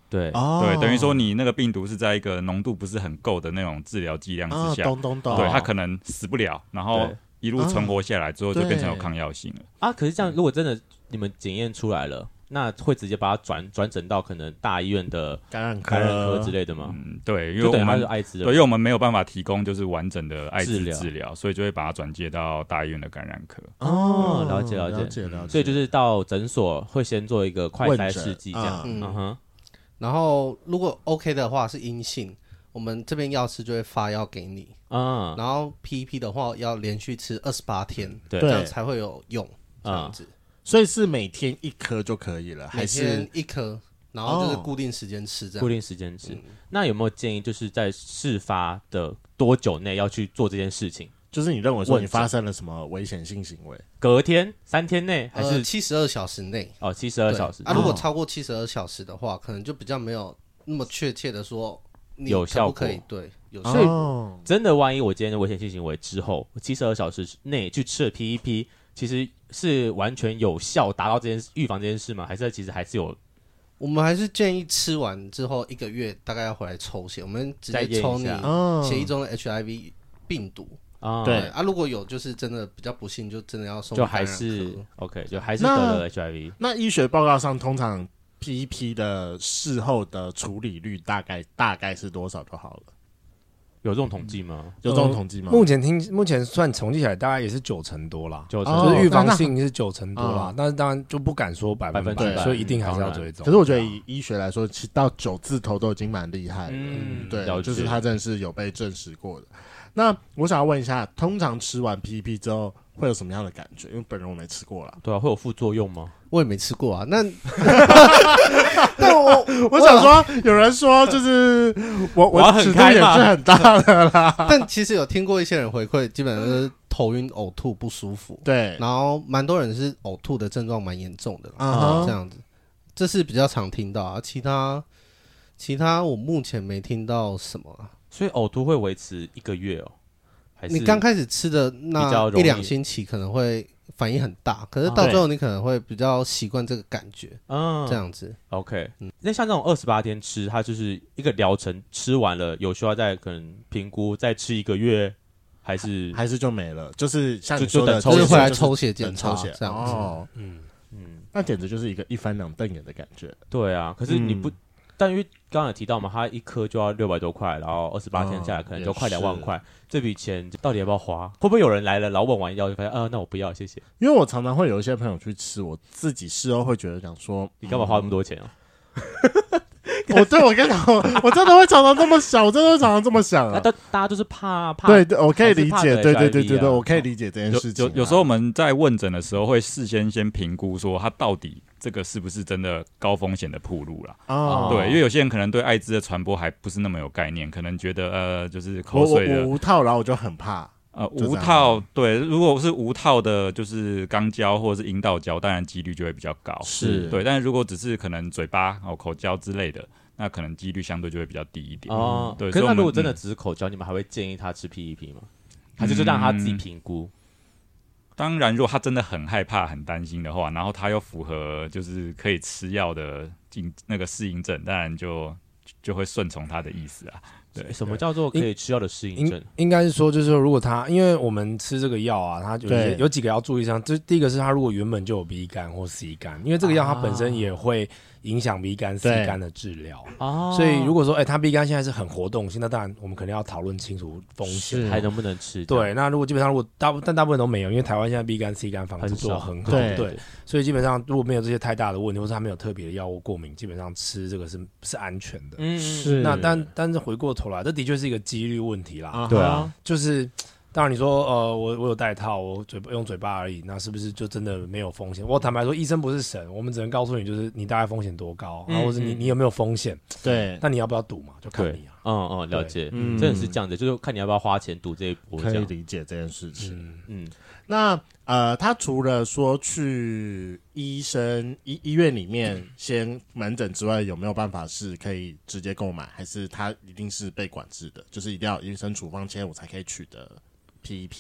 对、 哦、 对，等于说你那个病毒是在一个浓度不是很够的那种治疗剂量之下， 哦、懂懂懂， 对，它可能死不了，然后一路存活下来之后就变成有抗药性了。 啊，可是这样，如果真的你们检验出来了，那会直接把它转转诊到可能大医院的感染科、 感染科之类的吗？ 嗯，对，因为我们是艾滋， 对，因为我们没有办法提供就是完整的艾滋治疗治疗，所以就会把它转接到大医院的感染科。 哦，了解了解了解了解。 所以就是到诊所会先做一个快筛试剂这样， 嗯, 嗯哼。 然后如果 OK 的话是阴性，我们这边药师就会发药给你。嗯，然后 P E P 的话要连续吃二十八天，对，这样才会有用，这样子。 所以是每天一颗就可以了，还是每天一颗，然后就是固定时间吃这样。 固定时间吃、嗯。那有没有建议，就是在事发的多久内要去做这件事情？ 就是你认为说你发生了什么危险性行为？ 隔天、三天内，还是七十二小时内？ 哦，七十二小时。 啊，如果超过七十二小时的话，可能就比较没有那么确切的说你可不可以有效果。 对，有效果。所以真的，万一我今天的危险性行为之后，七十二小时内去吃了 P E P， 其实是完全有效达到这件预防这件事吗？还是其实还是有？ 我们还是建议吃完之后一个月大概要回来抽血，我们直接抽你血液中的 H I V 病毒。 啊， 对啊，如果有就是真的比较不幸，就真的要送就还是 OK， 就还是得了 H I V。 那医学报告上通常 P E P 的事后的处理率大概大概是多少就好了？ 有这种统计吗？ 有这种统计吗？ 目前听目前算统计起来大概也是九成多啦， 九成就是预防性是九成多啦，但是当然就不敢说百分百，所以一定还是要追踪。 可是我觉得以医学来说，其实到九字头都已经蛮厉害了，嗯，对，就是它真的是有被证实过的。那我想要问一下，通常吃完 P E P 之后会有什么样的感觉？因为本人我没吃过啦。 对啊，会有副作用吗？ 我也没吃过啊。那但我我想说，有人说就是我我尺度也是很大的啦。 但其实有听过一些人回馈，基本上是头晕、呕吐、不舒服。 对， 然后蛮多人是呕吐的症状蛮严重的， 嗯， 这样子，这是比较常听到啊。其他其他我目前没听到什么啊。 所以呕吐会维持一个月哦？还是你刚开始吃的那一两星期可能会反应很大，可是到最后你可能会比较习惯这个感觉，嗯，这样子。 OK， 嗯，那像这种二十八天吃，它就是一个疗程，吃完了有需要再可能评估再吃一个月，还是还是就没了？就是像你说的， 就是回来抽血检查这样子。 哦，嗯嗯，那简直就是一个一翻两瞪眼的感觉。 对啊，可是你不。嗯，但因为刚刚有提到嘛，它一颗就要六百多块，然后二十八天下来可能就快两万块，这笔钱到底要不要花？会不会有人来了，然后问完药就发现，啊，那我不要，谢谢。 因为我常常会有一些朋友去吃，我自己事后会觉得讲说， 你干嘛花那么多钱啊？ 我对我跟你讲，我真的会常常这么想，我真的会常常这么想啊。 大大家就是怕怕， 对对，我可以理解，对对对对对，我可以理解这件事情。 有有时候我们在问诊的时候，会事先先评估说他到底这个是不是真的高风险的暴露啦。哦，对，因为有些人可能对艾滋的传播还不是那么有概念，可能觉得呃就是口水的我我无套，然后我就很怕。 呃，无套对，如果是无套的，就是肛交或者是阴道交，当然几率就会比较高， 是对。但是如果只是可能嘴巴哦口交之类的，那可能几率相对就会比较低一点。哦，对。 可是那如果真的只是口交，嗯，你们还会建议他吃 P E P 吗？还是就让他自己评估？ 嗯，当然，如果他真的很害怕、很担心的话，然后他又符合就是可以吃药的那个适应症，当然就就会顺从他的意思啊。对， 什么叫做可以吃药的适应症？ 应该是说，就是说，如果他，因为我们吃这个药啊，它有有几个要注意上，就第一个是他如果原本就有 B 肝或 C 肝，因为这个药它本身也会影响 B 肝、C 肝的治疗，所以如果说，哎、欸，他 B 肝现在是很活动性，那当然我们可能要讨论清楚风险， 还能不能吃？ 对，那如果基本上如果大但大部分都没有，因为台湾现在 B 肝、C 肝防治做得很好， 对， 对，所以基本上如果没有这些太大的问题，或是他没有特别的药物过敏，基本上吃这个是是安全的。 嗯， 是。 那但但是回过头来，这的确是一个几率问题啦。 啊对啊， 就是当然你说呃我我有戴套，我嘴用嘴巴而已，那是不是就真的没有风险？我坦白说，医生不是神，我们只能告诉你就是你大概风险多高，嗯、然后或者你你有没有风险。 对， 那你要不要赌嘛？就看你啊。 嗯嗯，了解，嗯，真的是这样子，就是看你要不要花钱赌这一波。 可以理解这件事情。 嗯，嗯那呃，他除了说去医生医医院里面先门诊之外，有没有办法是可以直接购买，还是他一定是被管制的？就是一定要医生处方签我才可以取得 P E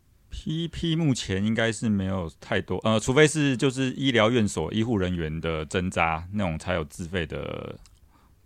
P。P E P 目前应该是没有太多，呃，除非是就是医疗院所医护人员的针扎那种才有自费的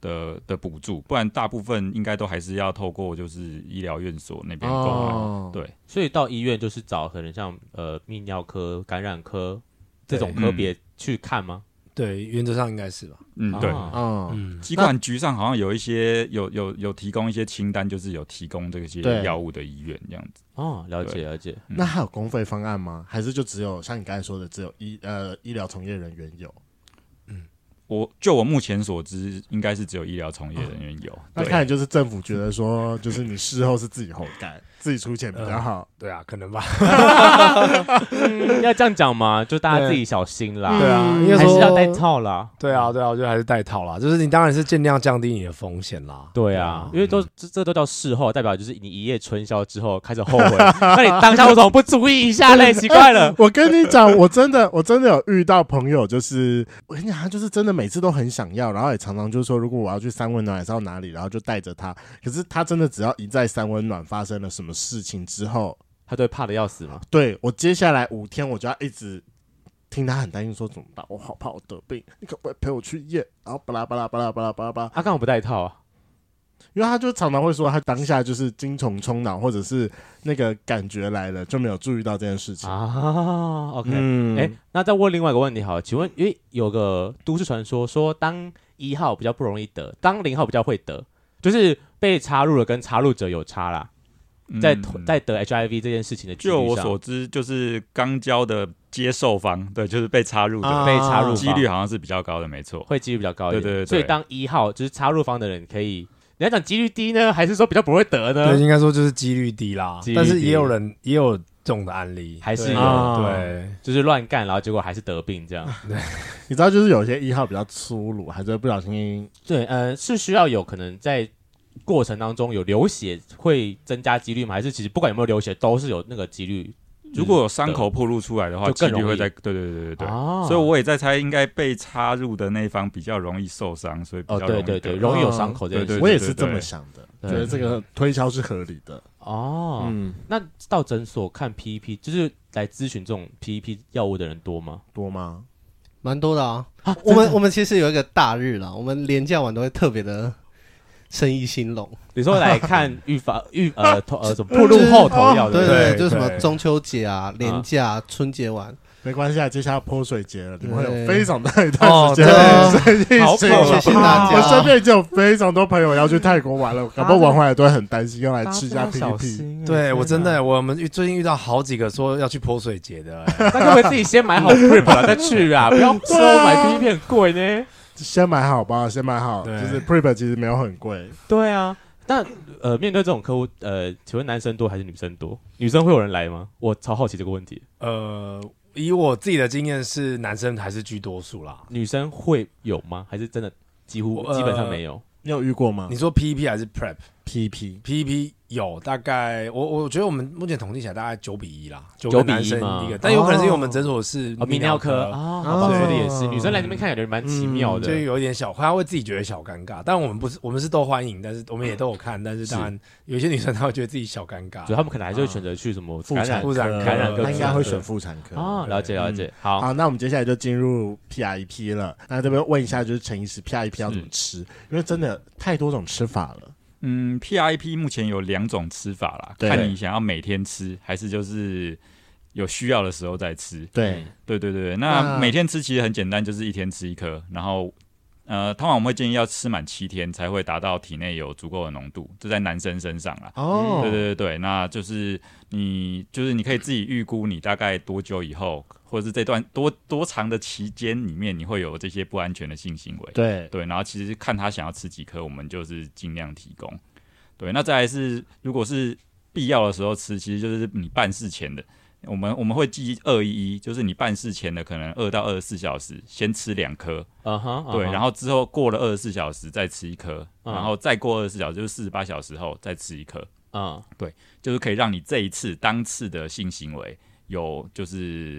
的的补助，不然大部分应该都还是要透过就是医疗院所那边购买。哦、对， 所以到医院就是找可能像呃泌尿科、感染科这种科别去看吗？ 对，原则上应该是吧。 嗯，对，嗯，疾管局上好像有一些有有有提供一些清单，就是有提供这些药物的医院这样子。 哦，了解了解。 那还有公费方案吗？还是就只有像你刚才说的，只有医呃医疗从业人员有？ 嗯，我就我目前所知，应该是只有医疗从业人员有。哦、 那看来就是政府觉得说，就是你事后是自己活该。自己出钱比较好、呃， 对啊，可能吧。 嗯、要这样讲嘛，就大家自己小心啦。 对啊， 应该还是要戴套啦。 对啊，对啊，我觉得还是戴套啦。就是你当然是尽量降低你的风险啦。 对啊，因为都、嗯、这, 这都叫事后，代表就是你一夜春宵之后开始后悔。那你当下为什么不注意一下嘞？奇怪了。 我跟你讲，我真的我真的有遇到朋友，就是我跟你讲，他就是真的每次都很想要，然后也常常就是说，如果我要去三温暖，还是要哪里，然后就带着他。可是他真的只要一在三温暖发生了什么事情之后， 他都会怕的要死吗？ 对，我接下来五天我就要一直听他很担心说怎么办，我好怕我得病，你可不可以陪我去验？然后巴拉巴拉巴拉巴拉巴拉巴拉。 他干嘛不带套啊？ 因为他就常常会说他当下就是精虫充脑，或者是那个感觉来了，就没有注意到这件事情啊。OK， 哎、嗯欸，那再问另外一个问题好了，请问，因为有个都市传说说，当一号比较不容易得，当零号比较会得，就是被插入了跟插入者有差啦。在在得 H I V 这件事情的几率上， 就我所知，就是肛交的接受方，对，就是被插入的、啊、 被插入几率好像是比较高的，没错， 会几率比较高一点。 对对 对, 对， 所以当一号就是插入方的人，可以你要讲几率低呢，还是说比较不会得呢？ 对，应该说就是几率低啦，低但是也有人也有这种的案例， 还是有对,、啊、对， 就是乱干，然后结果还是得病这样。 对，你知道，就是有些一号比较粗鲁，还是不小心， 对，呃，是需要有可能在过程当中有流血会增加几率吗？还是其实不管有没有流血都是有那个几率？ 如果有伤口暴露出来的话，几率会在对对对对对、哦、所以我也在猜，应该被插入的那一方比较容易受伤，所以比较容易、哦、 对对对，容易有伤口这件事、 哦、我也是这么想的，觉得这个推敲是合理的。 哦，嗯，那到诊所看 P E P 就是来咨询这种 P E P 药物的人多吗？ 多吗？ 蛮多的啊。啊我们我们其实有一个大日啦，我们连假晚都会特别的生意兴隆。 你说来看预防预呃投呃什么暴露后投药的， 对 对, 对，就是什么中秋节啊、连假、啊、春节晚。 没关系啊，接下来泼水节了，你们会有非常大一段时间生意兴隆。 谢谢大家。 我身边已经有非常多朋友要去泰国玩了，搞不好玩回来都会很担心，要来吃一下 P E P。 对我真的，我们最近遇到好几个说要去泼水节的， 那就会自己先买好 Prep 了再去啊，不要说买 P E P 很贵呢。 先买好吧，先买好，就是 Prep 其实没有很贵。 对啊，但呃，面对这种客户，呃，请问男生多还是女生多？女生会有人来吗？我超好奇这个问题。 呃。以我自己的经验是，男生还是居多数啦。 女生会有吗？还是真的几乎、呃、基本上没有？ 你有遇过吗？ 你说 P E P 还是 Prep？P E P，P E P 有大概，我我觉得我们目前统计起来大概九比一啦，九个男生一个，但有可能是因为我们诊所是泌尿科啊，好吧，说的也是，女生来这边看起来蛮奇妙的， 就有一点小，他会自己觉得小尴尬，但我们不是，我们是都欢迎，但是我们也都有看，但是当然有些女生她会觉得自己小尴尬， 所以他们可能还是会选择去什么妇产科， 感染科， 他应该会选妇产科啊，了解了解，好， 好，那我们接下来就进入 P R E P 了，那这边问一下，就是陈医师 P R E P 要怎么吃？因为真的太多种吃法了。 嗯 ，P R E P 目前有两种吃法啦，看你想要每天吃，还是就是有需要的时候再吃。 对， 对对对。那每天吃其实很简单，就是一天吃一颗，然后呃，通常我们会建议要吃满七天才会达到体内有足够的浓度，这在男生身上啦。哦，对对对对，那就是你就是你可以自己预估你大概多久以后。或者是这段多多长的期间里面，你会有这些不安全的性行为， 对对，然后其实看他想要吃几颗，我们就是尽量提供。对，那再来是如果是必要的时候吃，其实就是你办事前的，我们我们会记二一一，就是你办事前的可能二到二十四小时先吃两颗，啊哈，对，然后之后过了二十四小时再吃一颗，uh-huh. 然后再过二十四小时就是四十八小时后再吃一颗，啊、uh-huh. 对，就是可以让你这一次当次的性行为有就是。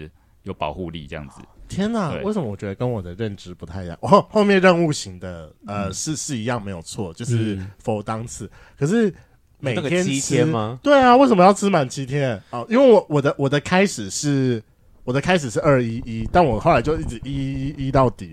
有保护力这样子。 天哪，为什么我觉得跟我的认知不太一样？后后面任务型的呃、嗯、是是一样没有错，就是否当次、嗯，可是每天吃、那個、七天吗？对啊，为什么要吃满七天？哦，因为我我的我的开始是我的开始是二一一，但我后来就一直一一一到底了。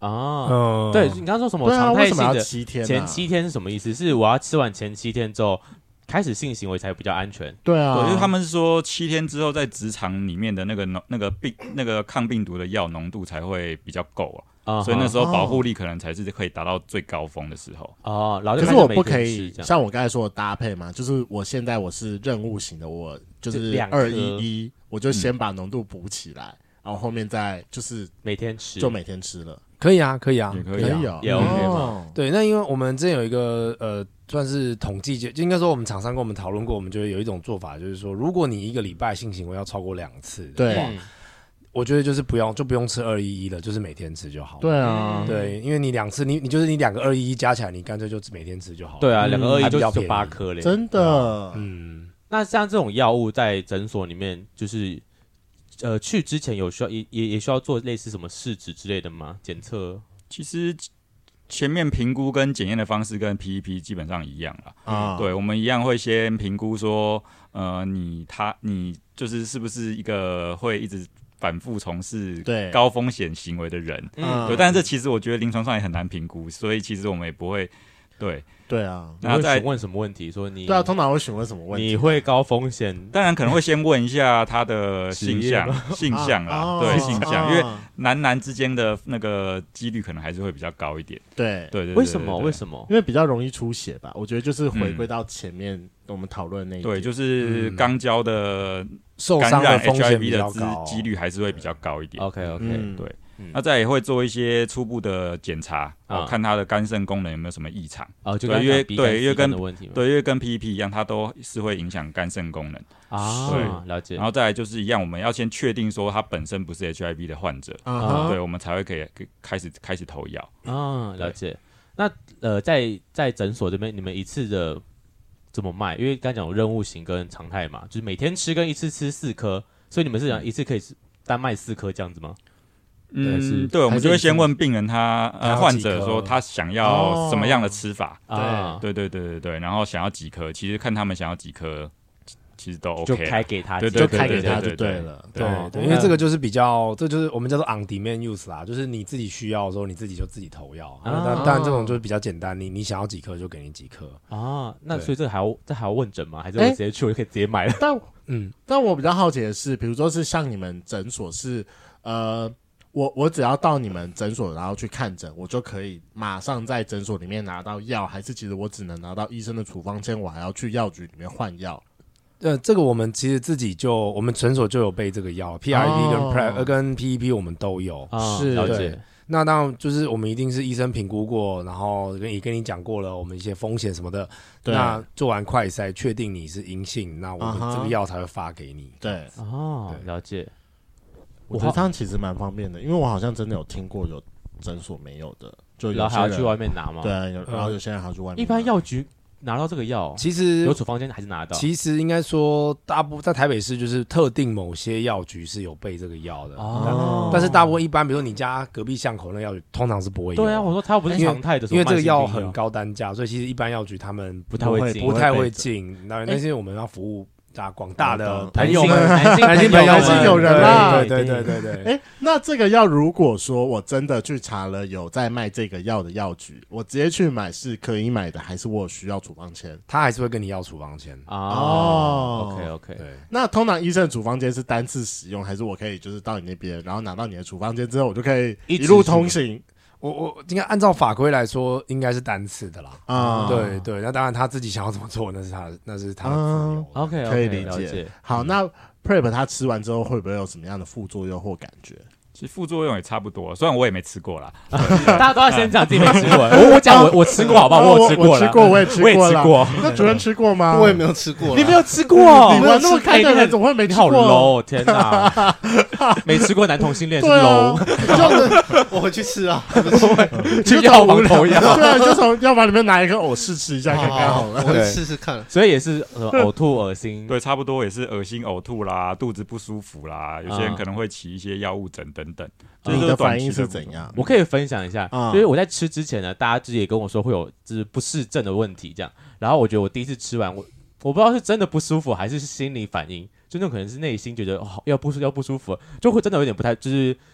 啊。嗯，对你刚刚说什么常态性的七天、啊、前七天是什么意思？是我要吃完前七天之后开始性行为才比较安全？ 对啊， 对，因为他们是说七天之后在职场里面的那个那个病那个抗病毒的药浓度才会比较够啊。Uh-huh. 所以那时候保护力可能才是可以达到最高峰的时候哦。 Uh-huh. 可是我不可以像我刚才说的搭配嘛，就是我现在我是任务型的，我就是二一一，我就先把浓度补起来，嗯、然后后面再就是每天吃， 就每天吃了。 可以啊，可以啊， 也可以啊， 可以啊也 OK 吗？ 对，那因为我们之前有一个呃，算是统计，就应该说我们厂商跟我们讨论过，我们觉得有一种做法，就是说，如果你一个礼拜性行为要超过两次， 对。 嗯我觉得就是不用就不用吃二一一了，就是每天吃就好了。 对啊， 对，因为你两次，你你就是你两个二一一加起来，你干脆就每天吃就好了。 对啊，两个二一就就八颗嘞， 真的。 嗯，那像这种药物在诊所里面，就是呃去之前有需要也也也需要做类似什么试纸之类的吗？检测？ 其实前面评估跟检验的方式跟 P E P 基本上一样啦。啊，对，我们一样会先评估说，呃，你他你就是是不是一个会一直反复从事高风险行为的人，嗯，对，但是这其实我觉得临床上也很难评估，所以其实我们也不会，对， 对啊， 你会询问什么问题？说你对啊，通常会询问什么问题？ 你会高风险？ 当然可能会先问一下他的性向，性向啦，啊、对，性向、啊，因为男男之间的那个几率可能还是会比较高一点。 对， 对对， 为什么？为什么？ 因为比较容易出血吧？我觉得就是回归到前面我们讨论那一点， 对，就是肛交的。 受伤的风险比较高，几率还是会比较高一点。 OK OK，、 嗯、 对、嗯，那再也会做一些初步的检查，哦、看他的肝肾功能有没有什么异常。 哦，就因为对，因为跟对， 因为跟 P E P 一样，它都是会影响肝肾功能啊。 对， 了解。 然后再来就是一样，我们要先确定说他本身不是 H I V 的患者， 啊、 对，我们才会可以开始开始投药。 啊，了解。那呃，在在诊所这边，你们一次的怎么卖？因为刚讲有任务型跟常态嘛，就是每天吃跟一次吃四颗。所以你们是想一次可以单卖四颗这样子吗？ 嗯，对，我们就会先问病人他呃患者说他想要什么样的吃法， 哦、 对对对对对对，然后想要几颗，其实看他们想要几颗，其实都 OK， 就开给他， 对对对，就开给他就对了， 对对，因为这个就是比较，这就是我们叫做 on demand use 啦，就是你自己需要的时候，你自己就自己投药。那当然这种就是比较简单，你你想要几颗就给你几颗啊。那所以这还要这还要问诊吗？还是我直接去我就可以直接买了？ 但嗯，但我比较好奇的是，比如说是像你们诊所是呃，我我只要到你们诊所然后去看诊，我就可以马上在诊所里面拿到药，还是其实我只能拿到医生的处方签，我还要去药局里面换药？ 呃，这个我们其实自己就我们诊所就有备这个药 ，P R E P 跟 Pre、哦、跟 P E P 我们都有， 哦、 是了解。 那当然就是我们一定是医生评估过，然后也跟你讲过了我们一些风险什么的。那做完快筛确定你是阴性，那我们这个药才会发给你。 对， 哦，了解。 我觉得这样其实蛮方便的，因为我好像真的有听过有诊所没有的，就有然后还要去外面拿嘛。 对啊，有然后有些人还要去外面拿。 一般药局拿到这个药， 其实有处方间还是拿到。 其实应该说，大部在台北市就是特定某些药局是有备这个药的， 哦、 但是大部分一般，比如说你家隔壁巷口那药局，通常是不会有。 对啊，我说它不是常态的， 因为这个药很高单价，所以其实一般药局他们不太会不太会进。那那些我们要服务大广大的朋友们， 男性男性朋友还是有人啦。 对对对对对。 哎，那这个药如果说我真的去查了有在卖这个药的药局，我直接去买是可以买的，还是我需要处方签？ 他还是会跟你要处方签哦。OK OK。 对。 那通常医生的处方签是单次使用，还是我可以就是到你那边，然后拿到你的处方签之后，我就可以一路通行？ 我我应该按照法规来说，应该是单次的啦。 啊、 嗯，对对，那当然他自己想要怎么做，那是他那是他的自由。 嗯、OK， 可以理解。好，那 Prep 他吃完之后会不会有什么样的副作用或感觉？ 其实副作用也差不多，虽然我也没吃过啦。 大家都要先讲自己没吃过。我我讲我我吃过好不好？我有吃过了， 我吃过，我也吃过了。 过那主任吃过吗？ 我也没有吃过。 你没有吃过？ 你玩那么开的人怎么会没吃过？ 好 low！ 天哪，没吃过男同性恋是 low。 就是我回去吃啊， 去药房投药。 对啊，就从药房里面拿一颗偶试吃一下看看好了。 我会试试看。 所以也是呕吐、恶心。 对，差不多也是恶心、呕吐啦，肚子不舒服啦，有些人可能会起一些药物疹等等。 你的反应是怎样？ 我可以分享一下，因为我在吃之前呢，大家自己也跟我说会有就是不适症的问题，这样。然后我觉得我第一次吃完，我我不知道是真的不舒服还是心理反应，就那可能是内心觉得哦要不舒要不舒服，就会真的有点不太就是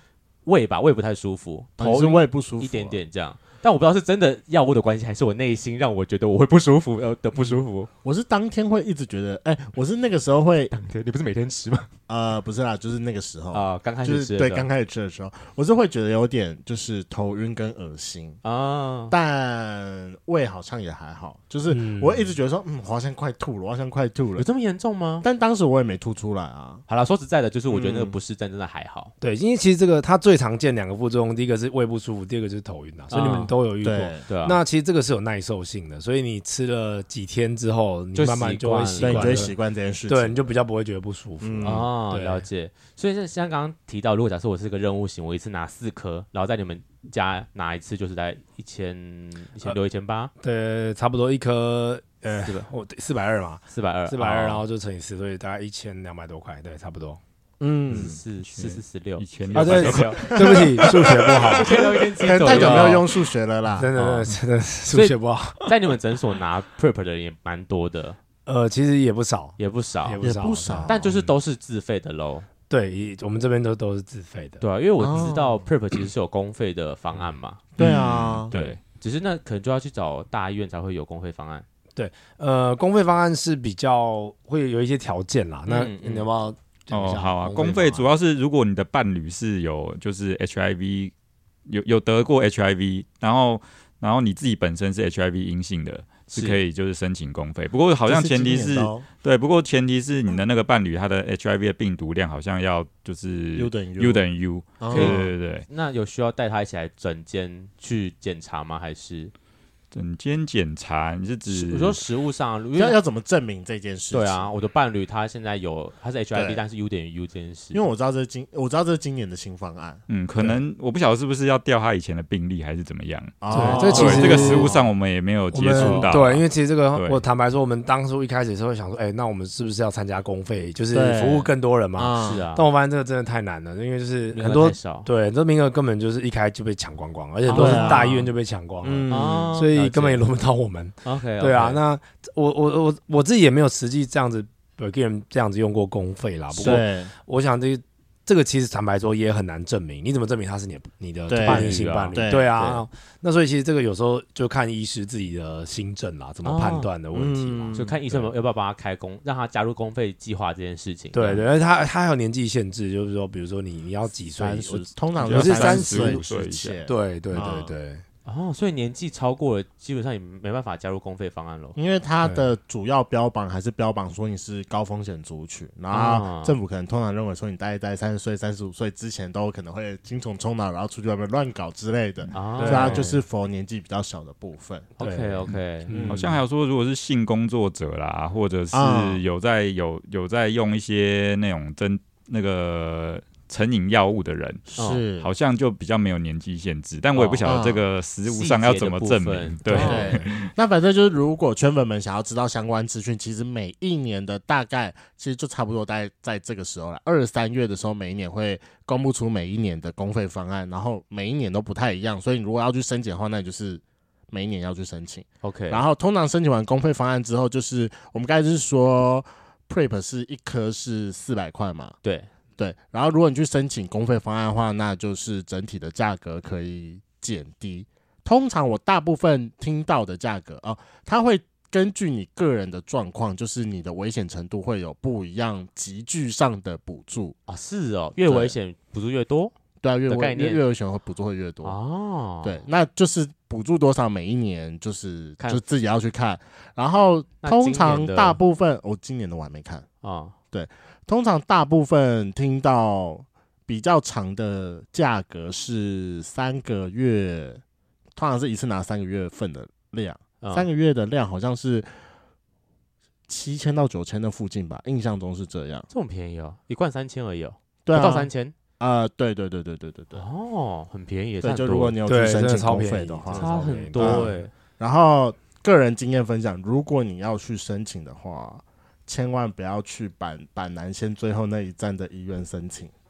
胃吧，胃不太舒服，头是胃不舒服一点点这样。但我不知道是真的药物的关系，还是我内心让我觉得我会不舒服呃的不舒服。 我是当天会一直觉得，哎、欸，我是那个时候会， 你不是每天吃吗？ 呃，不是啦，就是那个时候啊，刚、呃、开始吃的， 就是对，刚开始吃的时候，我是会觉得有点就是头晕跟恶心啊，但胃好像也还好，就是我一直觉得说，嗯，我好像快吐了，我好像快吐了， 有这么严重吗？ 但当时我也没吐出来啊。 好啦，说实在的，就是我觉得那个不适症真的还好。 嗯、对，因为其实这个它最常见两个副作用，第一个是胃不舒服，第二个就是头晕啊，所以你们都有遇过。 对对啊。 那其实这个是有耐受性的，所以你吃了几天之后，你慢慢就会习惯， 对，你就会习惯这件事情， 对，你就比较不会觉得不舒服。 嗯、哦，了解。所以像刚刚提到，如果假设我是个任务型，我一次拿四颗，然后在你们家拿一次就是在一千一千六一千八， 对，差不多一颗呃，我四百二嘛， 四百二， 四百二，然后就乘以四，所以大概一千两百多块，对，差不多。 嗯，四四四十六， 一千啊，对，对不起，数学不好， 一千六一千七， 可能太久没有用数学了啦， 真的，哦、真的数学不好。 在你们诊所拿 Prep 的人也蛮多的， 呃，其实也不少， 也不少， 也不少， 也不少， 但就是都是自费的喽。 对，我们这边都都是自费的。 对啊，因为我知道 Prep 其实是有公费的方案嘛。 对啊， 嗯、对，只是那可能就要去找大医院才会有公费方案。 对，呃，公费方案是比较会有一些条件啦。那你要不要？ 哦，好啊，公费主要是如果你的伴侣是有就是 H I V 有有得过 H I V， 然后然后你自己本身是 H I V 阴性的，是可以就是申请公费。不过好像前提是，是对，不过前提是你的那个伴侣他的 H I V 的病毒量好像要就是 U 等于 U 等于 U， 哦、 对对对对。 那有需要带他一起来诊间去检查吗？还是？ 诊间检查，你是指我说实物上要要怎么证明这件事情？ 对啊，我的伴侣他现在有他是 H I V， 但是 U 等于 U 这件事， 因为我知道这是今我知道这是今年的新方案。 嗯，可能我不晓得是不是要调他以前的病历还是怎么样。 哦， 对，这其实这个实物上我们也没有接触到。 对，因为其实这个我坦白说，我们当初一开始是会想说，哎、欸，那我们是不是要参加公费，就是服务更多人嘛？ 是啊。 但我发现这个真的太难了，因为就是很多对很多名额根本就是一开就被抢光光，而且都是大医院就被抢光了， 嗯、 所以根本也轮不到我们。 OK， 对啊，那我我我我自己也没有实际这样子给人这样子用过公费啦。不过我想这这个其实坦白说也很难证明，你怎么证明他是你的你的伴侣性伴侣？对, 对啊对，那所以其实这个有时候就看医师自己的心证啦，怎么判断的问题嘛， 哦嗯、就看医生要不要帮他开工，让他加入公费计划这件事情。 对对，而且他他还有年纪限制，就是说，比如说你你要几岁， 通常我是三十五岁以前。 对对对对。 哦，所以年纪超过了，基本上也没办法加入公费方案了。 因为它的主要标榜还是标榜说你是高风险族群，然后政府可能通常认为说你大概在三十岁、三十五岁之前都有可能会精虫充脑，然后出去外面乱搞之类的， 啊、 所以它就是否年纪比较小的部分。 OK OK，、 嗯、好像还有说，如果是性工作者啦，或者是有在有有在用一些那种真那个。成瘾药物的人是好像就比较没有年纪限制，但我也不晓得这个实务上要怎么证明。 哦、 对， 对那反正就是如果圈粉们想要知道相关资讯，其实每一年的大概其实就差不多大概在这个时候了，二三月的时候，每一年会公布出每一年的公费方案，然后每一年都不太一样，所以你如果要去申请的话，那你就是每一年要去申请。 OK， 然后通常申请完公费方案之后，就是我们刚才就是说 Prep 是一颗是四百块嘛， 对。 对，然后如果你去申请公费方案的话，那就是整体的价格可以减低。通常我大部分听到的价格哦，它会根据你个人的状况，就是你的危险程度会有不一样级距上的补助啊。是哦，越危险补助越多。 对啊，越危越越危险会补助会越多哦。 对，那就是补助多少，每一年就是就自己要去看。然后通常大部分，我、哦、今年的我还没看啊、哦。对，通常大部分听到比较长的价格是三个月，通常是一次拿三个月份的量，嗯、三个月的量好像是七千到九千的附近吧，印象中是这样。 这么便宜哦，一罐三千而已哦， 对啊， 不到三千。 啊、呃，对对对对对对对， 哦，很便宜， 对，就如果你有去申请公费的话， 差很多哎、欸。 然后个人经验分享，如果你要去申请的话，千万不要去板板南线最后那一站的医院申请，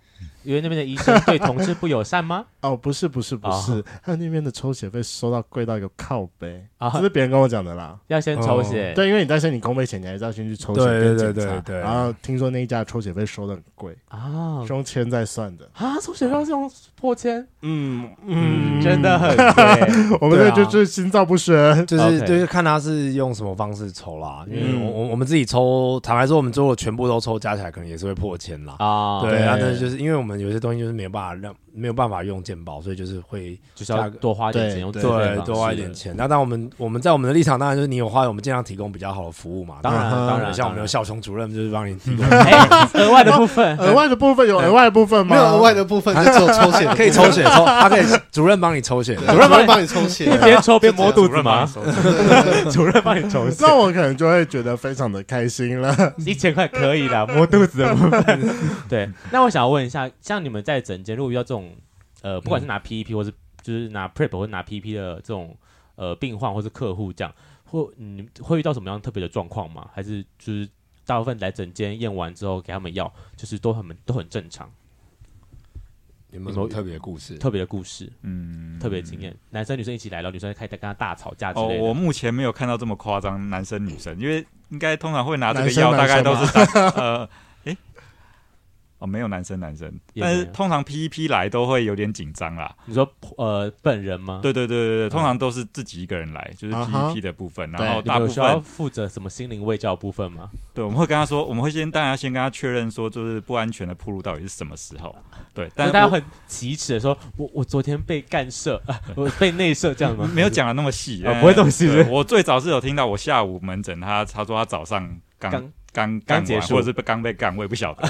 因为那边的医生对同志不友善吗？ 哦，不是不是不是， 哦、 他那边的抽血费收到贵到一个靠背，这、哦、是别人跟我讲的啦。 要先抽血、 哦，对，因为你在申请公费前，你还是要先去抽血跟检查。对对对对。然后听说那一家的抽血费收的很贵啊，是用千在算的啊，抽血费是用破千， 嗯嗯， 真的很贵。 我们这就是心照不宣， 就是、okay. 就是看他是用什么方式抽啦，因为我、嗯、我们自己抽，坦白说，我们最后全部都抽，加起来可能也是会破千啦啊。对啊，但是就是因为我们有些东西就是没有办法让没有办法用健保，所以就是会就是要多花一点钱，用对多花一点钱。那当我们我们在我们的立场，当然就是你有花，我们尽量提供比较好的服务嘛。 当然当然， 像我们有小熊主任就是帮你提供额外的部分， 额外的部分有额外的部分吗？ 没有额外的部分，就只有抽血， 可以抽血抽，他可以主任帮你抽血， 主任帮你帮你抽血， 一边抽边摸肚子吗？主任帮你抽血， 那我可能就会觉得非常的开心了。 一千块可以啦，摸肚子的部分。对，那我想要问一下，像你们在诊间如果遇到这种呃，不管是拿 P E P 或是就是拿 P R E P 或者拿 P E P 的这种呃病患或是客户这样，或你会遇到什么样特别的状况吗？还是就是大部分来诊间验完之后给他们药，就是都很都很正常？ 有没有什么特别的故事？ 特别的故事，嗯，特别经验，男生女生一起来了，女生开始跟他大吵架之类的。 哦，我目前没有看到这么夸张，男生女生，因为应该通常会拿这个药，大概都是呃，诶。哦，没有男生男生，但是通常 P E P 来都会有点紧张啦。 你说呃本人吗？ 对对对对对，通常都是自己一个人来，就是 P E P 的部分， uh-huh. 然后大部分需要负责什么心灵卫教的部分吗？ 对，我们会跟他说，我们会先当然要先跟他确认说，就是不安全的暴露到底是什么时候。对，但是大家很奇耻的说，我我昨天被干涉，啊、我被内射这样吗？ 没有讲的那么细， 哦、不会那么细。 我最早是有听到我下午门诊，他他说他早上刚。刚刚刚结束， 或者是刚被干，我也不晓得。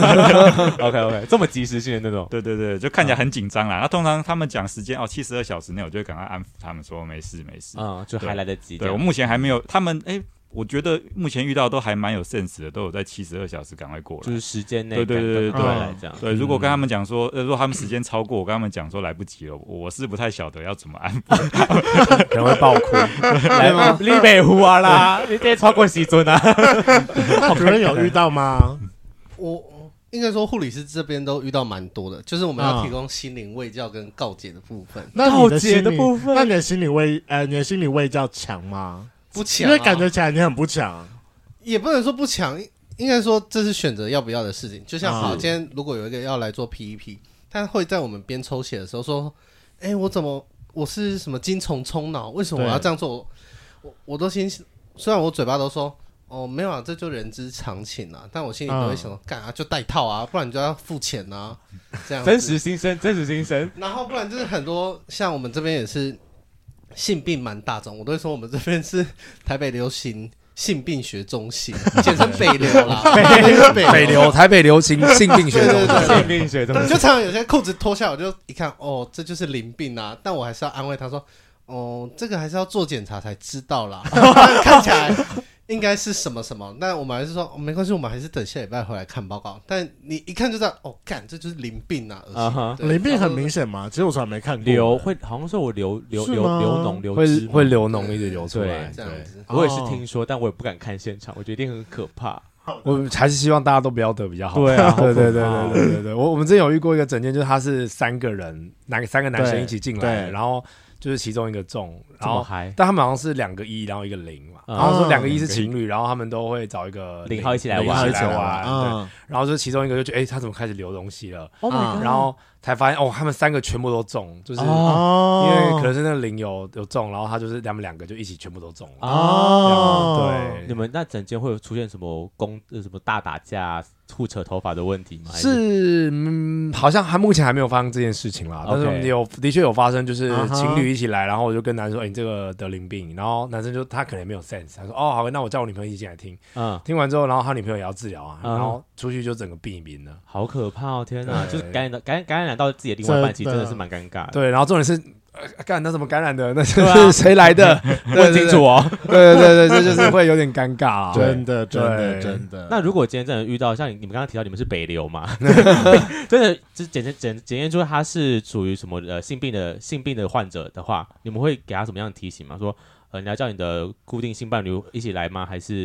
OK OK， 这么及时性的那种， 对对对，就看起来很紧张啦。那、嗯、通常他们讲时间哦，七十二小时内，我就会赶快安抚他们说没事没事， 嗯，就还来得及。 对我目前还没有，他们哎。我觉得目前遇到都还蛮有 sense 的，都有在七十二小时赶快过来， 就是时间内对对对对对来这样。 对，如果跟他们讲说，呃，如果他们时间超过，我跟他们讲说来不及了，我是不太晓得要怎么安抚， 可能会爆哭。 来吗？你北湖啊啦，你这超过时阵啊。 那主任有遇到吗？ 我应该说护理师这边都遇到蛮多的，就是我们要提供心灵卫教跟告解的部分。 那你的心理部分， 那你的心理卫呃，你的心理卫教强吗？ 不强、啊， 因为感觉起来你很不强， 也不能说不强，应该说这是选择要不要的事情。就像好，今天如果有一个要来做 P E P， 他会在我们边抽血的时候说：“哎、欸，我怎么我是什么精虫充脑？为什么我要这样做？”我我都心，虽然我嘴巴都说哦没有啊，这就人之常情啊，但我心里都会想说：“干、嗯、啊，就带套啊，不然你就要付钱啊。”这样真实心声，真实心声。 然后不然就是很多像我们这边也是。性病蛮大众，我都会说我们这边是台北流行性病学中心，简称北流啦。 北, 北流，台北流行性病学中心， 性病学中心。 就常常有些裤子脱下，我就一看，哦，这就是淋病啊。但我还是要安慰他说，哦，这个还是要做检查才知道啦。看起来应该是什么什么，但我们还是说、哦、没关系，我们还是等下礼拜回来看报告。但你一看就知道，哦，干，这就是淋病啊！ 而且淋病很明显嘛，其实我从来没看过。 流会好像说我流流流流脓流汁，会流脓一直流出来， 这样子。 我也是听说，但我也不敢看现场，我觉得一定很可怕。 我还是希望大家都不要得比较好。 对啊， 对对对对对对对。我我们之前有遇过一个诊间，就是他是三个人，男三个男生一起进来，然后。就是其中一个中，然后但他们好像是两个一，然后一个零嘛，嗯、然后说两个一是情侣，然后他们都会找一个零号一起来玩， 一起来玩， 嗯、 对，然后就其中一个就觉得，哎、欸，他怎么开始流东西了？ Oh my God 然后才发现，哦，他们三个全部都中，就是、哦、因为可能是那个零有有中，然后他就是他们两个就一起全部都中了。 哦，对，你们那整间会有出现什么公什么大打架、互扯头发的问题吗？ 是，嗯，好像还目前还没有发生这件事情啦， okay. 但是有的确有发生，就是情侣一起来，然后我就跟男生说，哎、欸，你这个得淋病，然后男生就他可能没有 sense， 他说，哦，好，那我叫我女朋友一起进来听，嗯，听完之后，然后他女朋友也要治疗啊、嗯，然后出去就整个病一病了， 好可怕哦，天哪，就是感染到感感染到自己的另外一半，其实真的是蛮尴尬的。 对，然后重点是。干、呃、那怎么感染的？那是谁来的？ 问清楚哦。 对对对，这就是会有点尴尬啊。 真的，真的，真的。 那如果今天真的遇到像你们刚刚提到你们是北流嘛，真的就检检检验出他是属于什么呃性病的性病的患者的话，你们会给他什么样的提醒吗？说呃你要叫你的固定性伴侣一起来吗？还是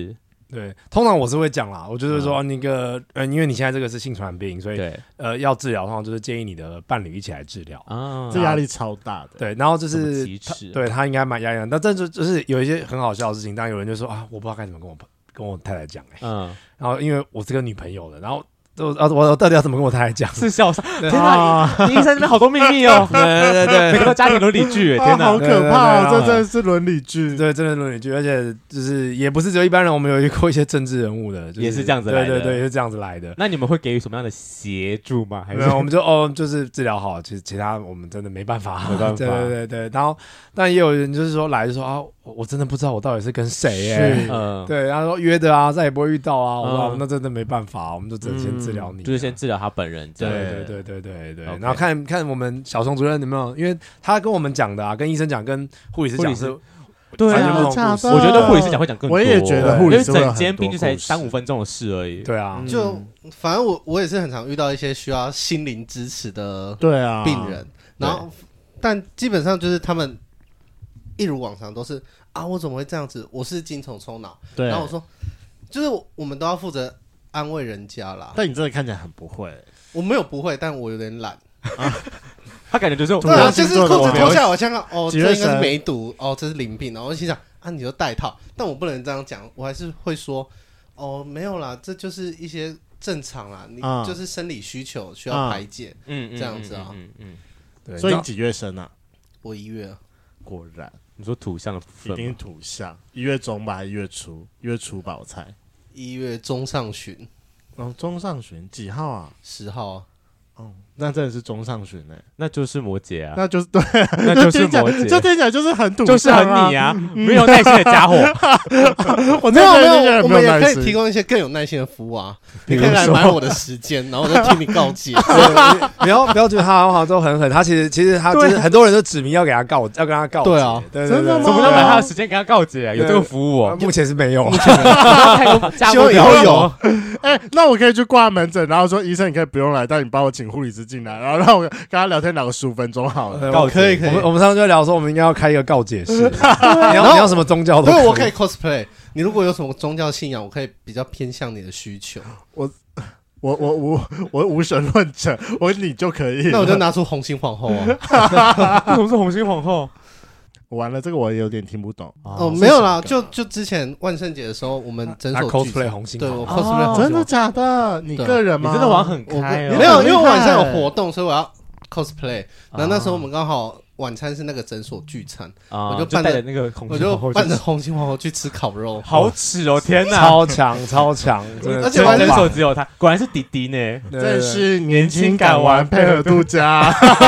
对，通常我是会讲啦，我就是说、嗯、那个呃，因为你现在这个是性传病，所以呃要治疗，通常就是建议你的伴侣一起来治疗啊，这压力超大的。 对，然后就是他对他应该蛮压力的，但这就就是有一些很好笑的事情，当然有人就说啊，我不知道该怎么跟我跟我太太讲哎、欸，嗯，然后因为我是个女朋友的，然后。我我到底要怎么跟我太太讲？ 是笑伤，天哪！你医生那边好多秘密哦。 对对对， 每个都家庭伦理剧，天哪， 好可怕哦！这真的是伦理剧， 对，真的伦理剧，而且就是也不是只有一般人，我们有遇过一些政治人物的， 也是这样子来的， 对对对，也是这样子来的。 那你们会给予什么样的协助吗？还是我们就哦，就是治疗好，其实其他我们真的没办法， 没办法。 对对对对，然后但也有人就是说来就说啊，我真的不知道我到底是跟谁哎，嗯，对，然后说约的啊，再也不会遇到啊，我说那真的没办法，我们就只能先治疗你， 就是先治疗他本人。 对对对对对对，然后看看我们小熊主任有没有，因为他跟我们讲的啊，跟医生讲，跟护理师讲是， 对啊，我觉得护理师讲会讲更多， 我也觉得护理师因为整间病就才三五分钟的事而已。 对啊， 就反正我我也是很常遇到一些需要心灵支持的对啊病人，然后但基本上就是他们一如往常都是啊，我怎么会这样子？我是精虫冲脑， 对， 然后我说就是我们都要负责安慰人家啦。 但你真的看起来很不会。 我没有不会，但我有点懒。 啊、他感觉就是对啊，就是裤子脱下来，我想想，哦，这应该是梅毒，哦，这是淋病，然后我心想啊，你就戴套，但我不能这样讲，我还是会说，哦，没有啦，这就是一些正常啦，你就是生理需求需要排解，嗯，这样子啊，嗯嗯， 对。所以你几月生啊？ 我一月。 果然， 你说土象的部分， 一定是土象，一月中吧，一月初，一月初吧，我猜。 一月中上旬。 哦，中上旬几号啊？ 十号啊。 哦，那真的是中上旬哎、欸， 那就是摩羯啊， 那就是对、啊， 那就是摩羯， 就听起来就是很土、啊， 就是很你啊，嗯、没有耐心的家伙。 我没有没有，我们也可以提供一些更有耐心的服务啊。你可以来买我的时间，然后我就听你告诫。 不要不要觉得他好像都很狠，他其实其实他就是很多人都指名要给他告，要跟他告。 对啊， 对对对， 怎么能买他的时间给他告诫？有这个服务哦？ 目前是没有， 目前没有，希望以后有。 哎，那我可以去挂门诊，然后说医生你可以不用来，但你帮我请护理师进来，然后让我跟他聊天聊个十五分钟好了。 告可以可以， 我们我们上次就聊说，我们应该要开一个告解室。你要你要什么宗教都可以， 对，我可以 cosplay。你如果有什么宗教信仰，我可以比较偏向你的需求。 我我我我我无神论者，我你就可以。 那我就拿出红心皇后啊！ 为什么是红心皇后？ 完了，这个我有点听不懂。 哦，没有啦，就就之前万圣节的时候，我们诊所 cosplay 红心， 对我 cosplay 红心， 真的假的？你个人吗？ 你真的玩很开哦。 没有，因为晚上有活动，所以我要 cosplay。然后那时候我们刚好晚餐是那个诊所聚餐，我就扮着那个红心皇后， 我就扮着红心皇后去吃烤肉， 好耻哦！天哪， 超强超强， 而且诊所只有他，果然是弟弟呢， 真是年轻敢玩，配合度佳。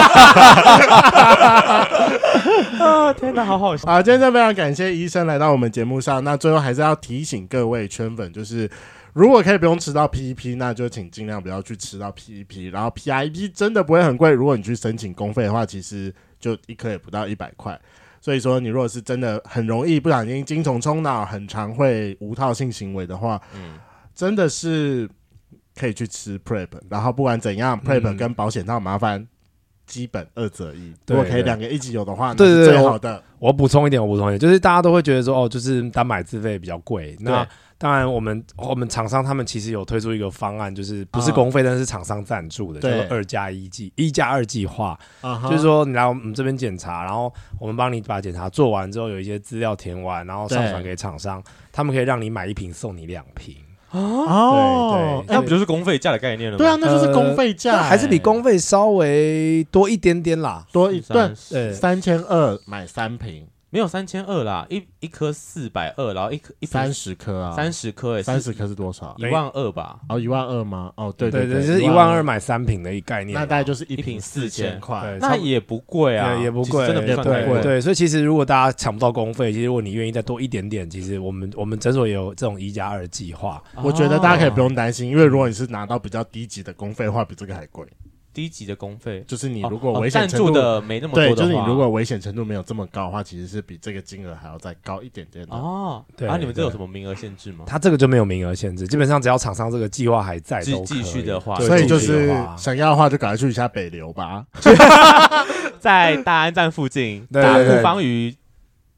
啊！天哪，好好笑！ 好，今天真的非常感谢医生来到我们节目上。那最后还是要提醒各位圈粉，就是如果可以不用吃到 P E P， 那就请尽量不要去吃到 P E P。然后 P I P 真的不会很贵，如果你去申请公费的话，其实就一颗也不到一百块。所以说，你如果是真的很容易不小心精虫冲脑，很常会无套性行为的话，嗯，真的是可以去吃 Prep。然后不管怎样、嗯、，Prep 跟保险套麻烦。基本二择一，如果可以两个一起有的话，那是最好的。 我补充一点，我补充一点，就是大家都会觉得说，哦，就是单买自费比较贵。那当然，我们我们厂商他们其实有推出一个方案，就是不是公费，但是厂商赞助的，叫做二加一计一加二计划。就是说，你来我们这边检查，然后我们帮你把检查做完之后，有一些资料填完，然后上传给厂商，他们可以让你买一瓶送你两瓶。 哦，那不就是公费价的概念了吗？ 对啊，那就是公费价、欸呃，还是比公费稍微多一点点啦， 多一对，三千二买三瓶， 没有三千二啦，一一颗四百二，然后一颗一三十颗啊， 三十颗诶， 三十颗是多少？ 一万二吧？ 哦，一万二吗？哦，对对对, 对，就是一万二买三瓶的一概念， 那大概就是一瓶四千块， 那也不贵啊， 也不贵， 真的不算太贵。 对，所以其实如果大家抢不到公费，其实如果你愿意再多一点点，其实我们我们诊所也有这种一加二计划， 我觉得大家可以不用担心，因为如果你是拿到比较低级的公费的话，比这个还贵。 低级的公费就是你如果危险程度、 哦哦、赞助的没那么多的话， 对，就是你如果危险程度没有这么高的话，其实是比这个金额还要再高一点点的哦。对，啊，你们这有什么名额限制吗？ 它这个就没有名额限制，基本上只要厂商这个计划还在都继续的话， 所以就是想要的话就赶快去一下北流吧， 在大安站附近， 对对对打富方鱼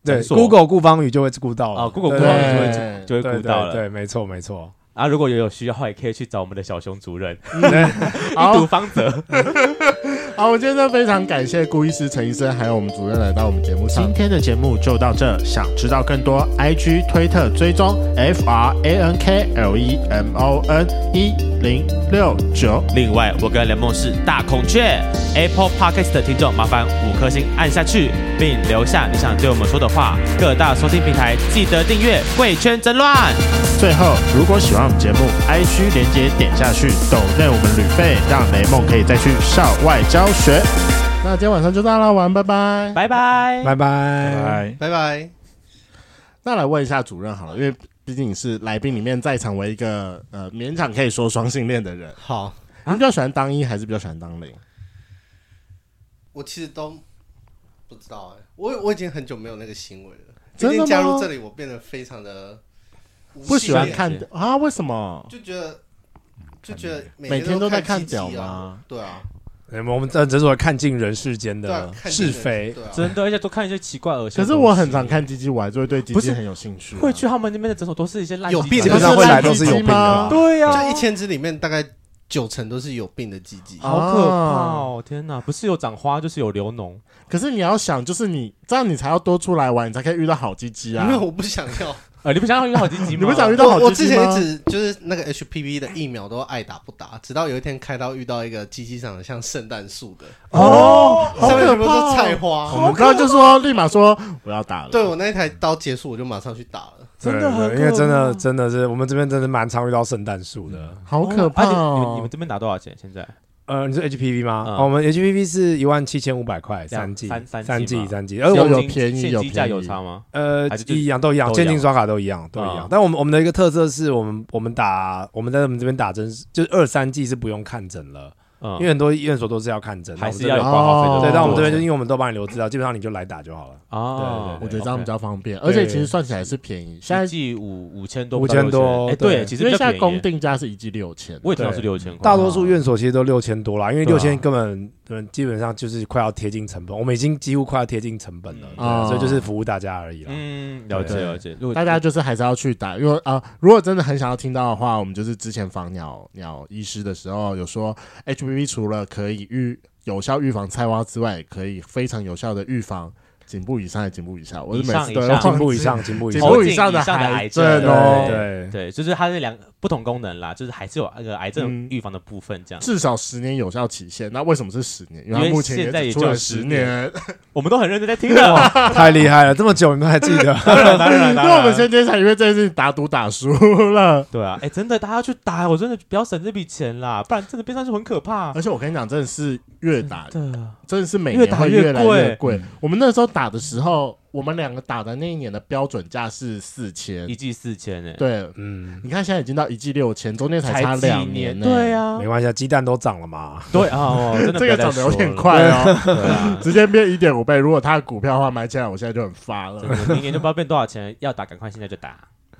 对 ，Google 顾方宇就会顾到了。 哦 ，Google 顾方宇就会就会顾到了。 对，没错没错。 啊，如果有有需要的话，也可以去找我们的小熊主任，一读方泽。 好，我今天非常感谢顾医师、陈医生还有我们主任来到我们节目上。今天的节目就到这，想知道更多 ，I G 推特追踪 F R A N K L E M O N 一零六九。 另外，我跟雷梦是大孔雀 ，Apple Podcast 的听众麻烦五颗星按下去，并留下你想对我们说的话。各大收听平台记得订阅《贵圈争乱》。 最后，如果喜欢我们节目 ，I G 连结点下去，抖内我们旅费，让雷梦可以再去校外教学。那今天晚上就到了，晚安，拜拜， 拜拜， 拜拜， 拜拜，拜拜。 那来问一下主任好了，因为毕竟你是来宾里面在场为一个呃勉强可以说双性恋的人。 好， 你比较喜欢当一还是比较喜欢当零？ 我其实都不知道哎、欸，我我已经很久没有那个行为了。 真的吗？ 毕竟加入这里，我变得非常的不喜欢看啊？为什么？ 就觉得就觉得每天都在看屌吗？ 对啊。 我们这只是看尽人世间的是非， 啊、 真的，而且都看一些奇怪恶心。 可是我很常看鸡鸡，我还是会对鸡鸡很有兴趣、啊。 会去他们那边的诊所都是一些烂有病， 基本上会来都是有病的。 对呀、啊， 就一千只里面大概九成都是有病的鸡鸡， 好可怕哦！天哪，不是有长花就是有流脓。 可是你要想，就是你这样你才要多出来玩，你才可以遇到好鸡鸡啊。 因为我不想要。 呃，你不想要遇到好鸡鸡吗？ 你不想遇到好鸡鸡吗？ 我之前一直就是那个 H P V 的疫苗都爱打不打，直到有一天开刀遇到一个鸡鸡长得像圣诞树的哦， 上面全部都是菜花， 我们刚刚就说立马说我要打了。 对，我那一台刀结束，我就马上去打了。 真的很， 因为真的真的是我们这边真的蛮常遇到圣诞树的， 好可怕哦！ 你们你们这边打多少钱？现在？ 呃，你说 H P V 吗？嗯哦、我们 H P V 是一万七千五百块，三剂， 三三三剂，三剂， 而我有便宜有便宜，有差吗？ 呃，一样都一样，现金刷卡都一样，都一样。嗯、但我们我们的一个特色是我们我们打我们在我们这边打针，就是二三剂是不用看诊了。嗯、因为很多医院所都是要看诊， 还是要有挂号费的。 对，但我们这边就因为我们都帮你留资料，基本上你就来打就好了。 哦， 对对对，我觉得这样比较方便，而且其实算起来是便宜。现在季五五千多， 五千多， 哎，对，其实因为现在公定价是一季六千， 我也听到是六千块。 大多数院所其实都六千多啦，因为六千根本嗯基本上就是快要贴近成本，我们已经几乎快要贴近成本了，对，所以就是服务大家而已啦。 嗯，了解了解。 大家就是还是要去打，因为啊，如果真的很想要听到的话，我们就是之前访鸟鸟医师的时候有说 ，H P V 除了可以预有效预防菜花之外，也可以非常有效的预防颈部以上还是颈部以下？我是每次都要颈部以上、颈部以上、颈部以上的癌症哦。 对对，就是它是两不同功能啦，就是还是有那个癌症预防的部分这样。 至少十年有效期限，那为什么是十年？因为它目前也只出了十年， 我们都很认真在听的， 太厉害了，这么久你们还记得？ 当然当然， 因为我们先天才因为这件事情打赌打输了。 对啊，哎，真的大家要去打，我真的不要省这笔钱啦，不然真的变上去很可怕。 而且我跟你讲，真的是越打， 真的是每年会越来越贵。我们那时候打的时候。我们两个打的那一年的标准价是四千， 一季四千哎， 对，嗯，你看现在已经到一季六千，中间才差两年， 对啊， 没关系，鸡蛋都涨了嘛， 对啊，真的这个涨得有点快哦，直接变一点五倍。如果它的股票的话，买起来我现在就很发了， 明年就不知道变多少钱，要打赶快现在就打。